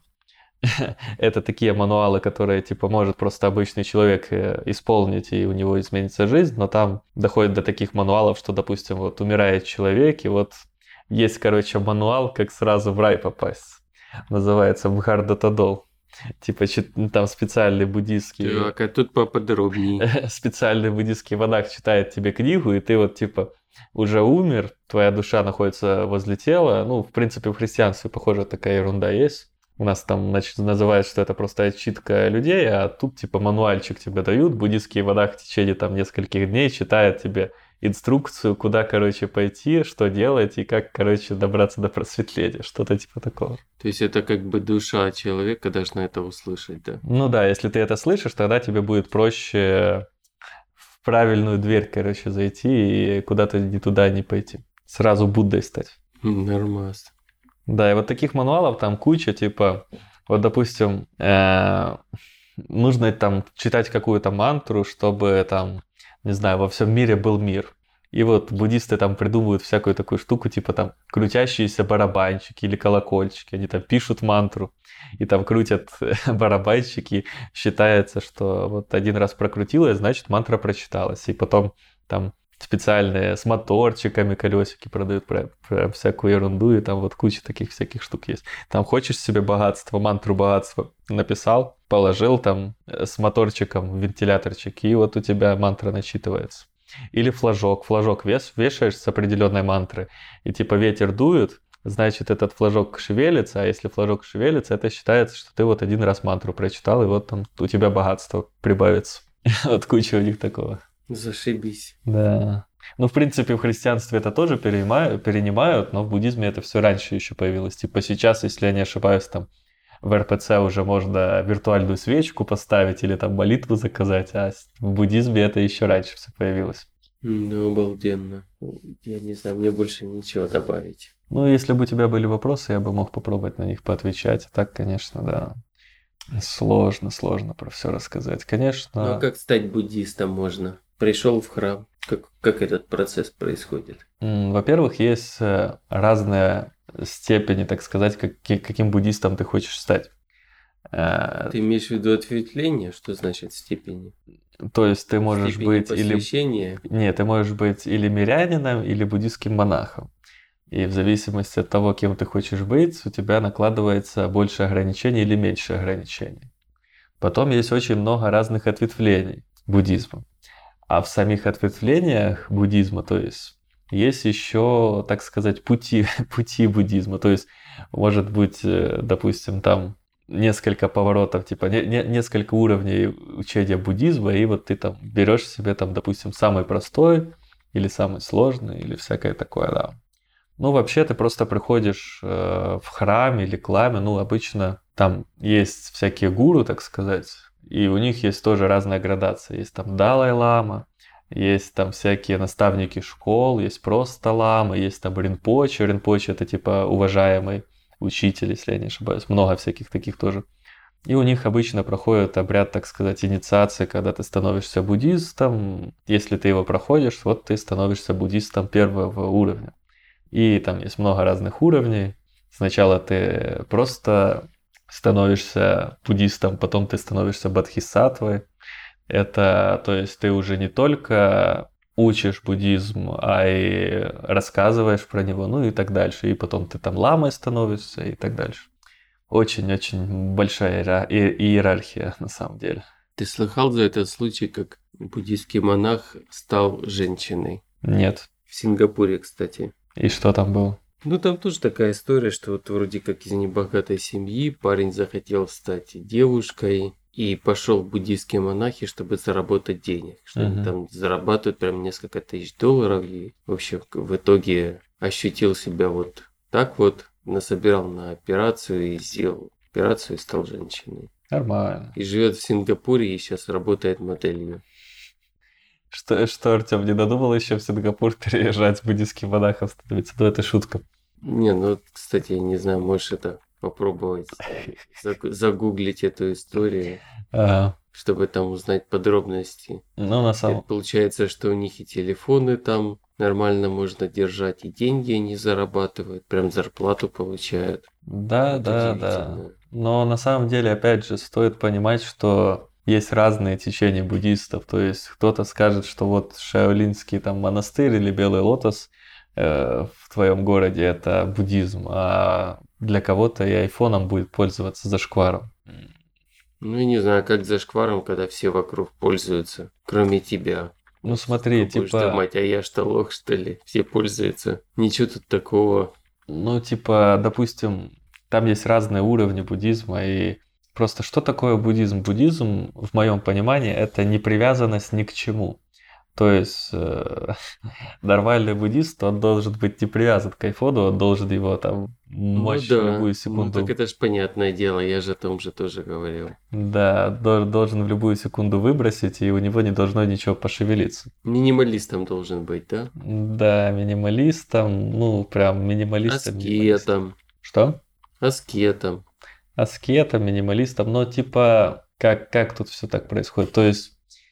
[SPEAKER 1] это такие мануалы, которые, типа, может просто обычный человек исполнить, и у него изменится жизнь, но там доходит до таких мануалов, что, допустим, вот умирает человек, и вот есть, мануал, как сразу в рай попасть. Называется Бхардатадол. Типа, там специальный буддийский...
[SPEAKER 2] Так, а тут поподробнее.
[SPEAKER 1] Специальный буддийский монах читает тебе книгу, и ты вот, типа, уже умер, твоя душа находится возле тела. В принципе, в христианстве, похоже, такая ерунда есть. У нас там называют, что это просто отчитка людей, а тут типа мануальчик тебе дают. Буддийский монах в течение там нескольких дней читает тебе инструкцию, куда, пойти, что делать и как, добраться до просветления. Что-то типа такого.
[SPEAKER 2] То есть это как бы душа человека должна это услышать, да?
[SPEAKER 1] Ну да, если ты это слышишь, тогда тебе будет проще в правильную дверь, зайти и куда-то не туда не пойти. Сразу Буддой стать.
[SPEAKER 2] Нормас.
[SPEAKER 1] Да, и вот таких мануалов там куча, типа, вот, допустим, нужно там читать какую-то мантру, чтобы там, не знаю, во всем мире был мир. И вот буддисты там придумывают всякую такую штуку, типа там крутящиеся барабанчики или колокольчики. Они там пишут мантру и там крутят барабанчики. Считается, что вот один раз прокрутилось, значит мантра прочиталась. И потом там специальные с моторчиками колесики продают, прям всякую ерунду, и там вот куча таких всяких штук есть. Там хочешь себе богатство, мантру богатства написал, положил там с моторчиком в вентиляторчик, и вот у тебя мантра начитывается. Или флажок вешаешь с определенной мантры, и типа ветер дует, значит этот флажок шевелится, а если флажок шевелится, это считается, что ты вот один раз мантру прочитал, и вот там у тебя богатство прибавится. Вот куча у них такого.
[SPEAKER 2] Зашибись.
[SPEAKER 1] Да. В принципе, в христианстве это тоже перенимают, но в буддизме это все раньше еще появилось. Типа сейчас, если я не ошибаюсь, там в РПЦ уже можно виртуальную свечку поставить или там молитву заказать, а в буддизме это еще раньше все появилось.
[SPEAKER 2] Ну, обалденно. Я не знаю, мне больше ничего добавить.
[SPEAKER 1] Если бы у тебя были вопросы, я бы мог попробовать на них поотвечать. А так, конечно, да. Сложно про все рассказать. Конечно.
[SPEAKER 2] Ну, а как стать буддистом можно? Пришел в храм. Как этот процесс происходит?
[SPEAKER 1] Во-первых, есть разные степени, так сказать, каким буддистом ты хочешь стать.
[SPEAKER 2] Ты имеешь в виду ответвление? Что значит степени?
[SPEAKER 1] То есть ты можешь быть
[SPEAKER 2] посвящения?
[SPEAKER 1] Нет, ты можешь быть или мирянином, или буддистским монахом. И в зависимости от того, кем ты хочешь быть, у тебя накладывается больше ограничений или меньше ограничений. Потом есть очень много разных ответвлений буддизма. А в самих ответвлениях буддизма, то есть еще, так сказать, пути буддизма. То есть может быть, допустим, там несколько поворотов, типа несколько уровней учения буддизма, и вот ты там берешь себе там, допустим, самый простой или самый сложный, или всякое такое, да. Вообще ты просто приходишь в храм или к ламе, обычно там есть всякие гуру, так сказать, и у них есть тоже разная градация. Есть там Далай-лама, есть там всякие наставники школ, есть просто ламы, есть там Ринпоче. Ринпоче это типа уважаемый учитель, если я не ошибаюсь. Много всяких таких тоже И у них обычно проходит обряд, так сказать, инициации, когда ты становишься буддистом. Если ты его проходишь, вот ты становишься буддистом первого уровня. И там есть много разных уровней. Сначала ты просто становишься буддистом, потом ты становишься бодхисаттвой. Это, то есть ты уже не только учишь буддизм, а и рассказываешь про него, ну и так дальше. И потом ты там ламой становишься и так дальше. Очень-очень большая иерархия на самом деле.
[SPEAKER 2] Ты слыхал за этот случай, как буддийский монах стал женщиной?
[SPEAKER 1] Нет.
[SPEAKER 2] В Сингапуре, кстати.
[SPEAKER 1] И что там было?
[SPEAKER 2] Ну, там тоже такая история, что вот вроде как из небогатой семьи парень захотел стать девушкой и пошел в буддийские монахи, чтобы заработать денег. Что они там зарабатывают прям несколько тысяч долларов. И, в общем, в итоге ощутил себя вот так вот, насобирал на операцию и сделал операцию и стал женщиной.
[SPEAKER 1] Нормально.
[SPEAKER 2] И живет в Сингапуре и сейчас работает моделью.
[SPEAKER 1] Что, Артем, не додумал еще в Сингапур переезжать, буддийским монахом становиться? Ну, это шутка.
[SPEAKER 2] Не, ну, кстати, я не знаю, можешь это попробовать, загуглить эту историю, чтобы там узнать подробности.
[SPEAKER 1] Ну, на самом...
[SPEAKER 2] Получается, что у них и телефоны там нормально можно держать, и деньги они зарабатывают, прям зарплату получают.
[SPEAKER 1] Да, да. Но на самом деле, опять же, стоит понимать, что есть разные течения буддистов. То есть кто-то скажет, что вот Шаолинский там монастырь или Белый лотос в твоем городе это буддизм, а для кого-то и айфоном будет пользоваться зашкваром.
[SPEAKER 2] Ну, я не знаю, как зашкваром, когда все вокруг пользуются, кроме тебя.
[SPEAKER 1] Ну смотри, типа...
[SPEAKER 2] Мать, а я что, лох, что ли? Все пользуются. Ничего тут такого.
[SPEAKER 1] Ну, типа, допустим, там есть разные уровни буддизма, и просто что такое буддизм? Буддизм, в моем понимании, это не привязанность ни к чему. То есть нормальный буддист, он должен быть не привязан к айфону, он должен его там мочь в любую секунду.
[SPEAKER 2] Ну так это ж понятное дело, я же о том же тоже говорил.
[SPEAKER 1] Да, должен в любую секунду выбросить, и у него не должно ничего пошевелиться.
[SPEAKER 2] Минималистом должен быть, да?
[SPEAKER 1] Да, минималистом, ну прям минималистом.
[SPEAKER 2] Аскетом.
[SPEAKER 1] Что?
[SPEAKER 2] Аскетом,
[SPEAKER 1] минималистом, но типа как тут все так происходит? То есть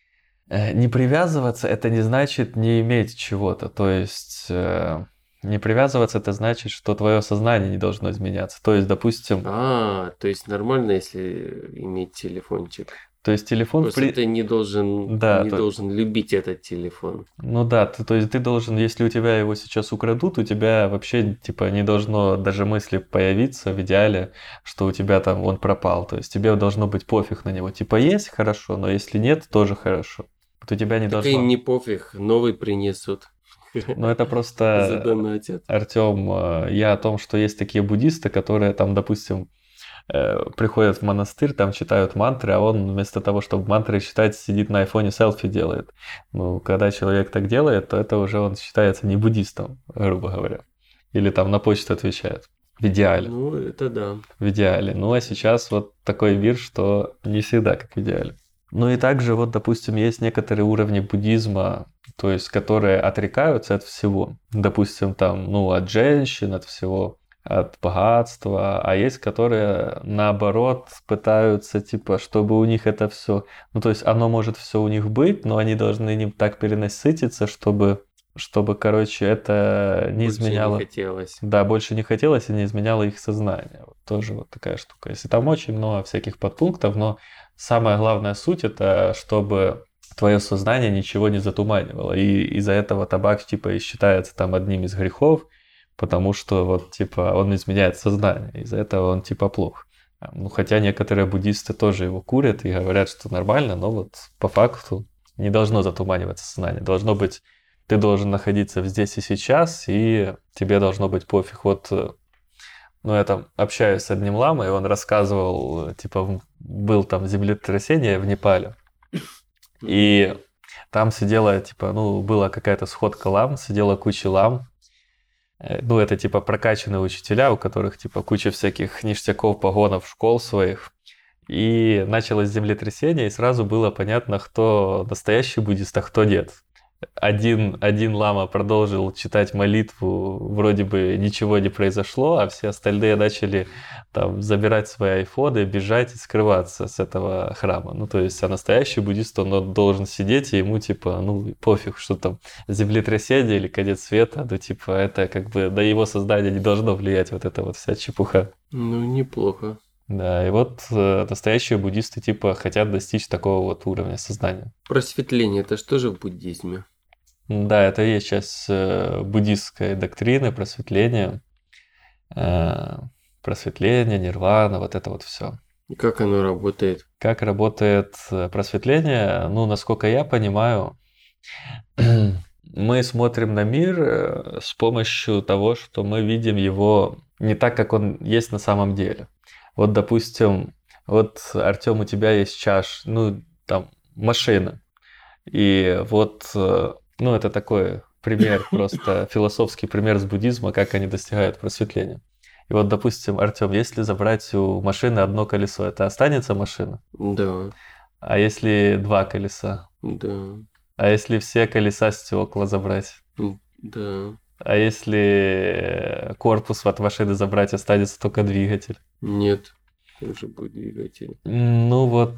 [SPEAKER 1] не привязываться это не значит не иметь чего-то. То есть не привязываться это значит, что твое сознание не должно изменяться. То есть, допустим...
[SPEAKER 2] то есть нормально, если иметь телефончик.
[SPEAKER 1] То есть телефон...
[SPEAKER 2] Просто ты не должен, должен любить этот телефон.
[SPEAKER 1] Ну да, то есть ты должен, если у тебя его сейчас украдут, у тебя вообще типа не должно даже мысли появиться в идеале, что у тебя там он пропал. То есть тебе должно быть пофиг на него. Типа есть, хорошо, но если нет, тоже хорошо. Вот у тебя не
[SPEAKER 2] так
[SPEAKER 1] должно...
[SPEAKER 2] им не пофиг, новый принесут.
[SPEAKER 1] Ну это просто...
[SPEAKER 2] Задонатят.
[SPEAKER 1] Артём, я о том, что есть такие буддисты, которые там, допустим, приходят в монастырь, там читают мантры, а он вместо того, чтобы мантры читать, сидит на айфоне селфи делает. Ну, когда человек так делает, то это уже он считается не буддистом, грубо говоря. Или там на почту отвечает. В идеале.
[SPEAKER 2] Ну, это да.
[SPEAKER 1] В идеале. Ну, а сейчас вот такой мир, что не всегда как в идеале. Ну и также вот, допустим, есть некоторые уровни буддизма, то есть которые отрекаются от всего. Допустим, там, ну, от женщин, от всего, от богатства, а есть, которые наоборот пытаются, типа, чтобы у них это все, ну, то есть оно может все у них быть, но они должны ним так перенасытиться, чтобы, короче, это не изменяло...
[SPEAKER 2] Больше не хотелось.
[SPEAKER 1] Да, больше не хотелось и не изменяло их сознание. Вот тоже вот такая штука. Если там очень много всяких подпунктов, но самая главная суть это, чтобы твое сознание ничего не затуманивало. И из-за этого табак типа и считается там одним из грехов, потому что вот типа он изменяет сознание. Из-за этого он типа плох. Ну, хотя некоторые буддисты тоже его курят и говорят, что нормально, но вот по факту не должно затуманиваться сознание. Должно быть, ты должен находиться здесь и сейчас, и тебе должно быть пофиг. Вот, ну, я там общаюсь с одним ламой, и он рассказывал, типа, был там землетрясение в Непале, и там сидела, типа, ну, была какая-то сходка лам, сидела куча лам. Ну, это, типа, прокачанные учителя, у которых, типа, куча всяких ништяков, погонов, школ своих. И началось землетрясение, и сразу было понятно, кто настоящий буддист, а кто нет. один лама продолжил читать молитву, вроде бы ничего не произошло, а все остальные начали там забирать свои айфоны, бежать и скрываться с этого храма. Ну, то есть, а настоящий буддист, он должен сидеть, и ему типа, ну, пофиг, что там землетрясение или конец света, ну, типа, это как бы на его создание не должно влиять вот эта вот вся чепуха.
[SPEAKER 2] Ну, неплохо.
[SPEAKER 1] Да, и вот настоящие буддисты типа хотят достичь такого вот уровня сознания.
[SPEAKER 2] Просветление, это что же в буддизме?
[SPEAKER 1] Да, это и есть часть буддистской доктрины, просветление, нирвана, вот это вот все.
[SPEAKER 2] И как оно работает?
[SPEAKER 1] Как работает просветление? Ну, насколько я понимаю, мы смотрим на мир с помощью того, что мы видим его не так, как он есть на самом деле. Вот, допустим, вот, Артём, у тебя есть ну, там, машина. И вот, ну, это такой пример, просто философский пример с буддизма, как они достигают просветления. И вот, допустим, Артём, если забрать у машины одно колесо, это останется машина?
[SPEAKER 2] Да,
[SPEAKER 1] А если два колеса?
[SPEAKER 2] да,
[SPEAKER 1] А если все колеса стекла забрать?
[SPEAKER 2] да.
[SPEAKER 1] А если корпус от машины забрать, останется только двигатель?
[SPEAKER 2] Нет, тоже будет двигатель.
[SPEAKER 1] Ну вот,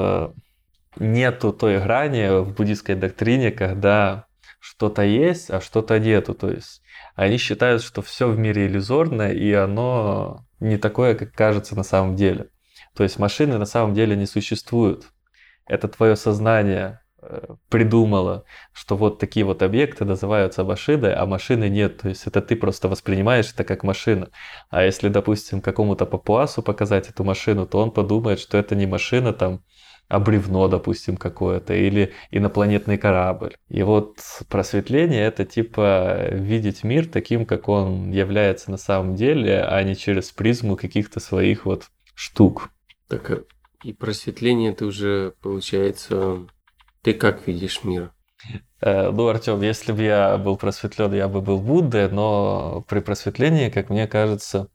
[SPEAKER 1] нету той грани в буддийской доктрине, когда что-то есть, а что-то нету. То есть они считают, что все в мире иллюзорно, и оно не такое, как кажется на самом деле. То есть машины на самом деле не существуют. Это твое сознание придумало, что вот такие вот объекты называются машиной, а машины нет. То есть это ты просто воспринимаешь это как машину. А если, допустим, какому-то папуасу показать эту машину, то он подумает, что это не машина там, а бревно, допустим, какое-то, или инопланетный корабль. И вот просветление — это типа видеть мир таким, как он является на самом деле, а не через призму каких-то своих вот штук.
[SPEAKER 2] Так, и просветление это уже получается... Ты как видишь мир?
[SPEAKER 1] Ну, Артём, если бы я был просветлен, я бы был Буддой, но при просветлении, как мне кажется,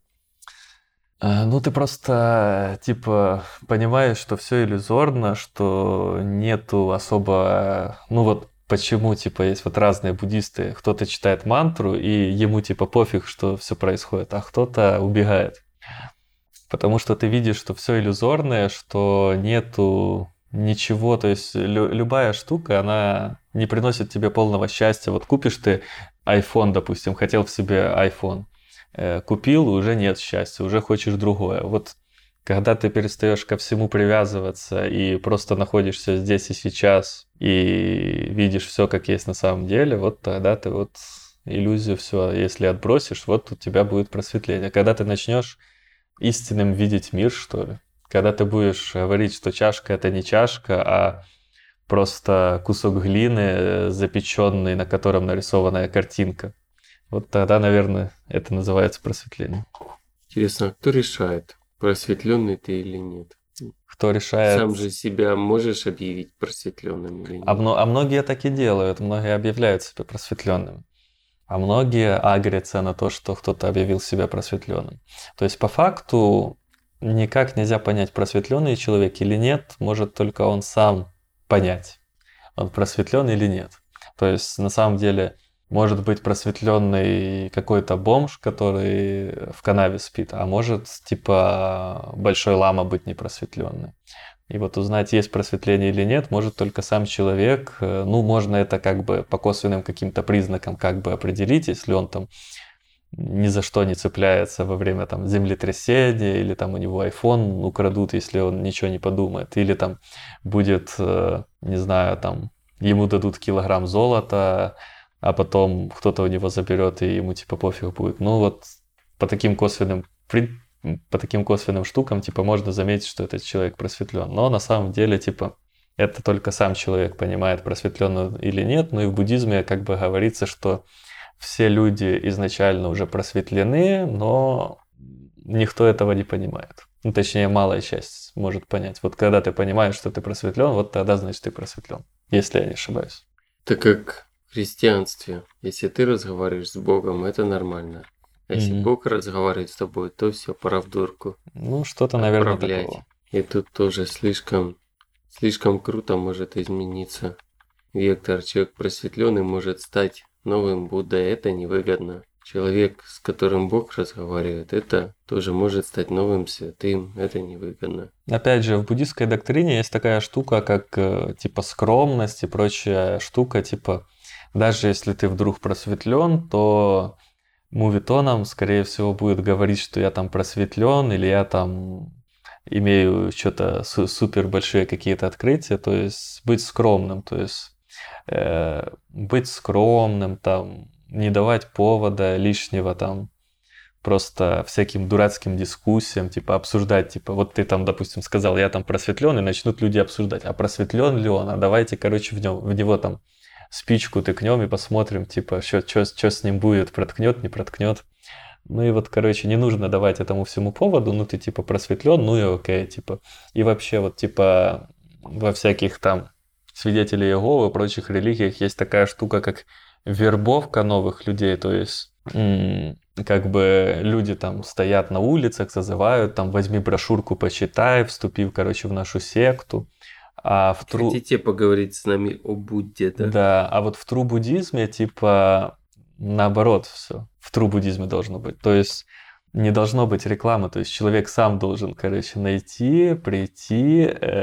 [SPEAKER 1] ну ты просто типа понимаешь, что все иллюзорно, что нету особо, ну вот почему типа есть вот разные буддисты, кто-то читает мантру и ему типа пофиг, что все происходит, а кто-то убегает, потому что ты видишь, что все иллюзорное, что нету ничего, то есть любая штука, она не приносит тебе полного счастья. Вот купишь ты iPhone, допустим, хотел в себе iPhone, купил, уже нет счастья, уже хочешь другое. Вот когда ты перестаешь ко всему привязываться и просто находишься здесь и сейчас и видишь все как есть на самом деле, вот тогда ты вот иллюзию все, если отбросишь, вот у тебя будет просветление. Когда ты начнешь истинным видеть мир, что ли, когда ты будешь говорить, что чашка это не чашка, а просто кусок глины, запеченный, на котором нарисованная картинка. Вот тогда, наверное, это называется просветление.
[SPEAKER 2] Интересно, а кто решает, просветленный ты или нет?
[SPEAKER 1] Кто решает...
[SPEAKER 2] Сам же себя можешь объявить просветленным или нет?
[SPEAKER 1] А многие так и делают, многие объявляют себя просветленными. А многие агрятся на то, что кто-то объявил себя просветленным. То есть по факту никак нельзя понять, просветленный человек или нет, может только он сам понять, он просветлен или нет. То есть на самом деле может быть просветленный какой-то бомж, который в канаве спит, а может типа большой лама быть непросветленный. И вот узнать, есть просветление или нет, может только сам человек. Ну, можно это как бы по косвенным каким-то признакам как бы определить, если он там ни за что не цепляется во время там землетрясения, или там у него iPhone украдут, если он ничего не подумает, или там будет, не знаю, там ему дадут килограмм золота, а потом кто-то у него заберет, и ему типа пофиг будет. Ну вот по таким косвенным штукам, типа, можно заметить, что этот человек просветлен. Но на самом деле, типа, это только сам человек понимает, просветлен он или нет. Ну и в буддизме как бы говорится, что все люди изначально уже просветлены, но никто этого не понимает. Ну, точнее, малая часть может понять. Вот когда ты понимаешь, что ты просветлен, вот тогда, значит, ты просветлен. Если я не ошибаюсь.
[SPEAKER 2] Так как в христианстве, если ты разговариваешь с Богом, это нормально. А если Бог разговаривает с тобой, то все, пора в дурку.
[SPEAKER 1] Ну, что-то, наверное, такого.
[SPEAKER 2] И тут тоже слишком круто может измениться вектор. Человек просветленный может стать новым Буддой. Это невыгодно. Человек, с которым Бог разговаривает, это тоже может стать новым святым. Это невыгодно.
[SPEAKER 1] Опять же, в буддистской доктрине есть такая штука, как типа скромность и прочая штука, типа даже если ты вдруг просветлен, то мувитоном, скорее всего, будет говорить, что я там просветлен или я там имею что-то супер большие какие-то открытия, то есть быть скромным, то есть быть скромным, там, не давать повода лишнего, там, просто всяким дурацким дискуссиям, типа обсуждать, типа вот ты там, допустим, сказал, я там просветлен, и начнут люди обсуждать, а просветлен ли он, а давайте, короче, в него там спичку тыкнем и посмотрим, типа, что с ним будет, проткнет, не проткнет. Ну и вот, короче, не нужно давать этому всему поводу, ну ты типа просветлен, ну и окей, типа. И вообще вот типа во всяких там свидетелей Иеговы и прочих религиях есть такая штука, как вербовка новых людей, то есть как бы люди там стоят на улицах, зазывают, там возьми брошюрку, почитай, вступи, короче, в нашу секту. А в
[SPEAKER 2] Хотите поговорить с нами о Будде, да?
[SPEAKER 1] Да, а вот в тру-буддизме типа наоборот все. В тру-буддизме должно быть. То есть не должно быть рекламы, то есть человек сам должен, короче, найти, прийти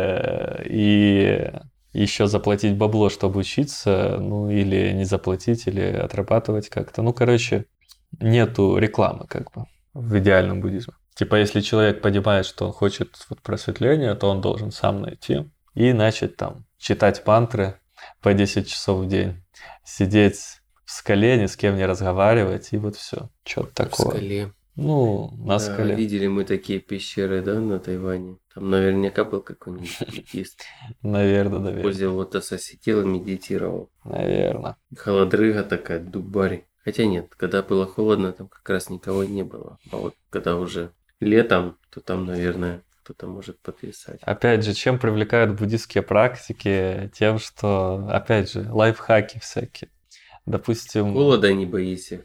[SPEAKER 1] и еще заплатить бабло, чтобы учиться, ну или не заплатить, или отрабатывать как-то. Ну, короче, нету рекламы как бы в идеальном буддизме. Типа, если человек понимает, что он хочет вот просветления, то он должен сам найти и начать там читать мантры по 10 часов в день, сидеть в скале, ни с кем не разговаривать, и вот все. Что-то такое.
[SPEAKER 2] В скале.
[SPEAKER 1] Ну, на
[SPEAKER 2] Да,
[SPEAKER 1] скале.
[SPEAKER 2] видели мы такие пещеры, да, на Тайване. Там наверняка был какой-нибудь буддист.
[SPEAKER 1] Наверное.
[SPEAKER 2] Возле лотоса сидел и медитировал.
[SPEAKER 1] Наверное.
[SPEAKER 2] Холодрыга такая, дубарь. Хотя нет, когда было холодно, там как раз никого не было. А вот когда уже летом, то там, наверное, кто-то может потрясать.
[SPEAKER 1] Опять же, чем привлекают буддистские практики? Тем, что, опять же, лайфхаки всякие. Допустим,
[SPEAKER 2] Холода не боишься.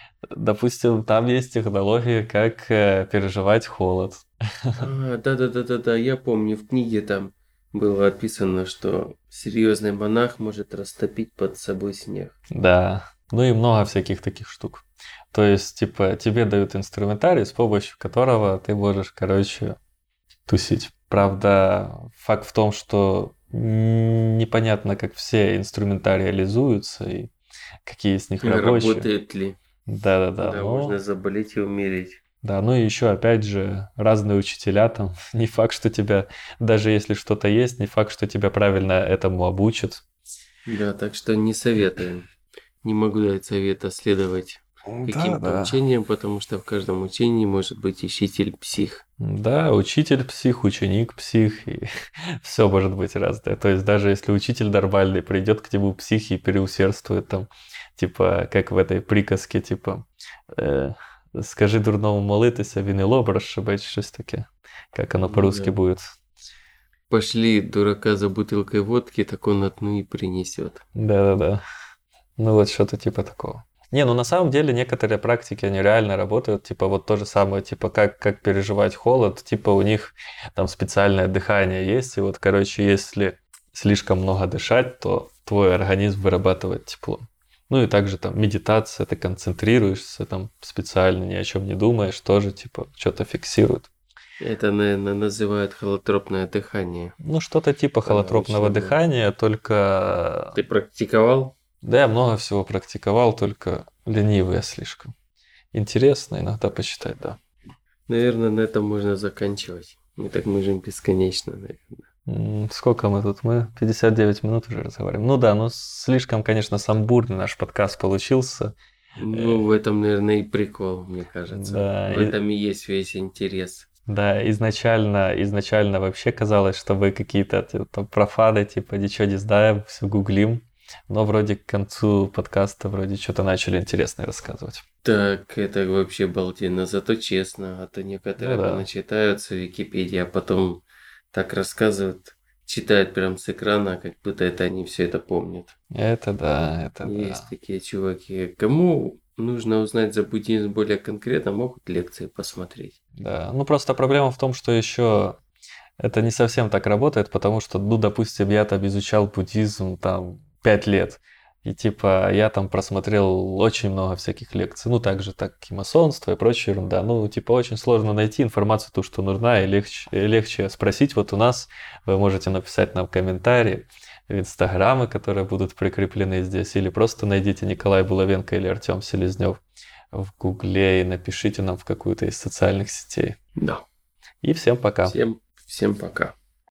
[SPEAKER 1] там есть технологии, как переживать холод.
[SPEAKER 2] Да, я помню, в книге там было описано, что серьезный монах может растопить под собой снег.
[SPEAKER 1] Да, ну и много всяких таких штук. То есть, типа, тебе дают инструментарий, с помощью которого ты можешь, короче, тусить. Правда, факт в том, что непонятно, как все инструментарии реализуются и какие из них рабочие.
[SPEAKER 2] Работает ли?
[SPEAKER 1] Да,
[SPEAKER 2] Да, можно заболеть и умереть.
[SPEAKER 1] Да, ну и еще, опять же, разные учителя там. Не факт, что тебя, даже если что-то есть, не факт, что тебя правильно этому обучат.
[SPEAKER 2] Да, так что не советуем. Не могу дать совета следовать каким-то учениям, потому что в каждом учении может быть учитель-псих.
[SPEAKER 1] Да, учитель-псих, ученик-псих, и все может быть разное. То есть даже если учитель нормальный придет к нему псих и переусердствует там, типа, как в этой приказке, типа, скажи дурному молитися, він і лоб розшибить, щось таке. Как оно по-русски будет.
[SPEAKER 2] Пошли дурака за бутылкой водки, так он одну и принесет.
[SPEAKER 1] Да. Ну вот что-то типа такого. Не, ну на самом деле некоторые практики, они реально работают, типа вот то же самое, типа как переживать холод, типа у них там специальное дыхание есть, и вот, короче, если слишком много дышать, то твой организм вырабатывает тепло. Ну и также там медитация, ты концентрируешься там специально, ни о чем не думаешь, тоже типа что-то фиксирует.
[SPEAKER 2] Это, наверное, называют холотропное дыхание.
[SPEAKER 1] Ну что-то типа холотропного дыхания, только...
[SPEAKER 2] Ты практиковал?
[SPEAKER 1] Да, я много всего практиковал, только ленивый я слишком. Интересно иногда почитать, да.
[SPEAKER 2] Наверное, на этом можно заканчивать. Мы так можем бесконечно, наверное.
[SPEAKER 1] Сколько мы тут? Мы 59 минут уже разговариваем. Ну да, ну слишком, конечно, самбурный наш подкаст получился.
[SPEAKER 2] Ну, в этом, наверное, и прикол, мне кажется.
[SPEAKER 1] Да,
[SPEAKER 2] в этом и есть весь интерес.
[SPEAKER 1] Да, изначально вообще казалось, что вы какие-то там профаны, типа ничего не знаем, все гуглим. Но вроде к концу подкаста вроде что-то начали интересное рассказывать.
[SPEAKER 2] Так, это вообще балденно, зато честно. А то некоторые начитаются в Википедии, а потом так рассказывают, читают прям с экрана, как будто это они все это помнят.
[SPEAKER 1] Это да.
[SPEAKER 2] Есть такие чуваки. Кому нужно узнать за буддизм более конкретно, могут лекции посмотреть.
[SPEAKER 1] Да, ну просто проблема в том, что еще это не совсем так работает, потому что, ну, допустим, я там изучал буддизм там 5 лет. И типа я там просмотрел очень много всяких лекций. Ну, так и масонство и прочая ерунда. Ну, типа очень сложно найти информацию, ту, что нужна, и легче спросить. Вот у нас вы можете написать нам комментарии в инстаграмы, которые будут прикреплены здесь, или просто найдите Николай Булавенко или Артем Селезнев в Гугле и напишите нам в какую-то из социальных сетей.
[SPEAKER 2] Да.
[SPEAKER 1] И всем пока.
[SPEAKER 2] Всем пока.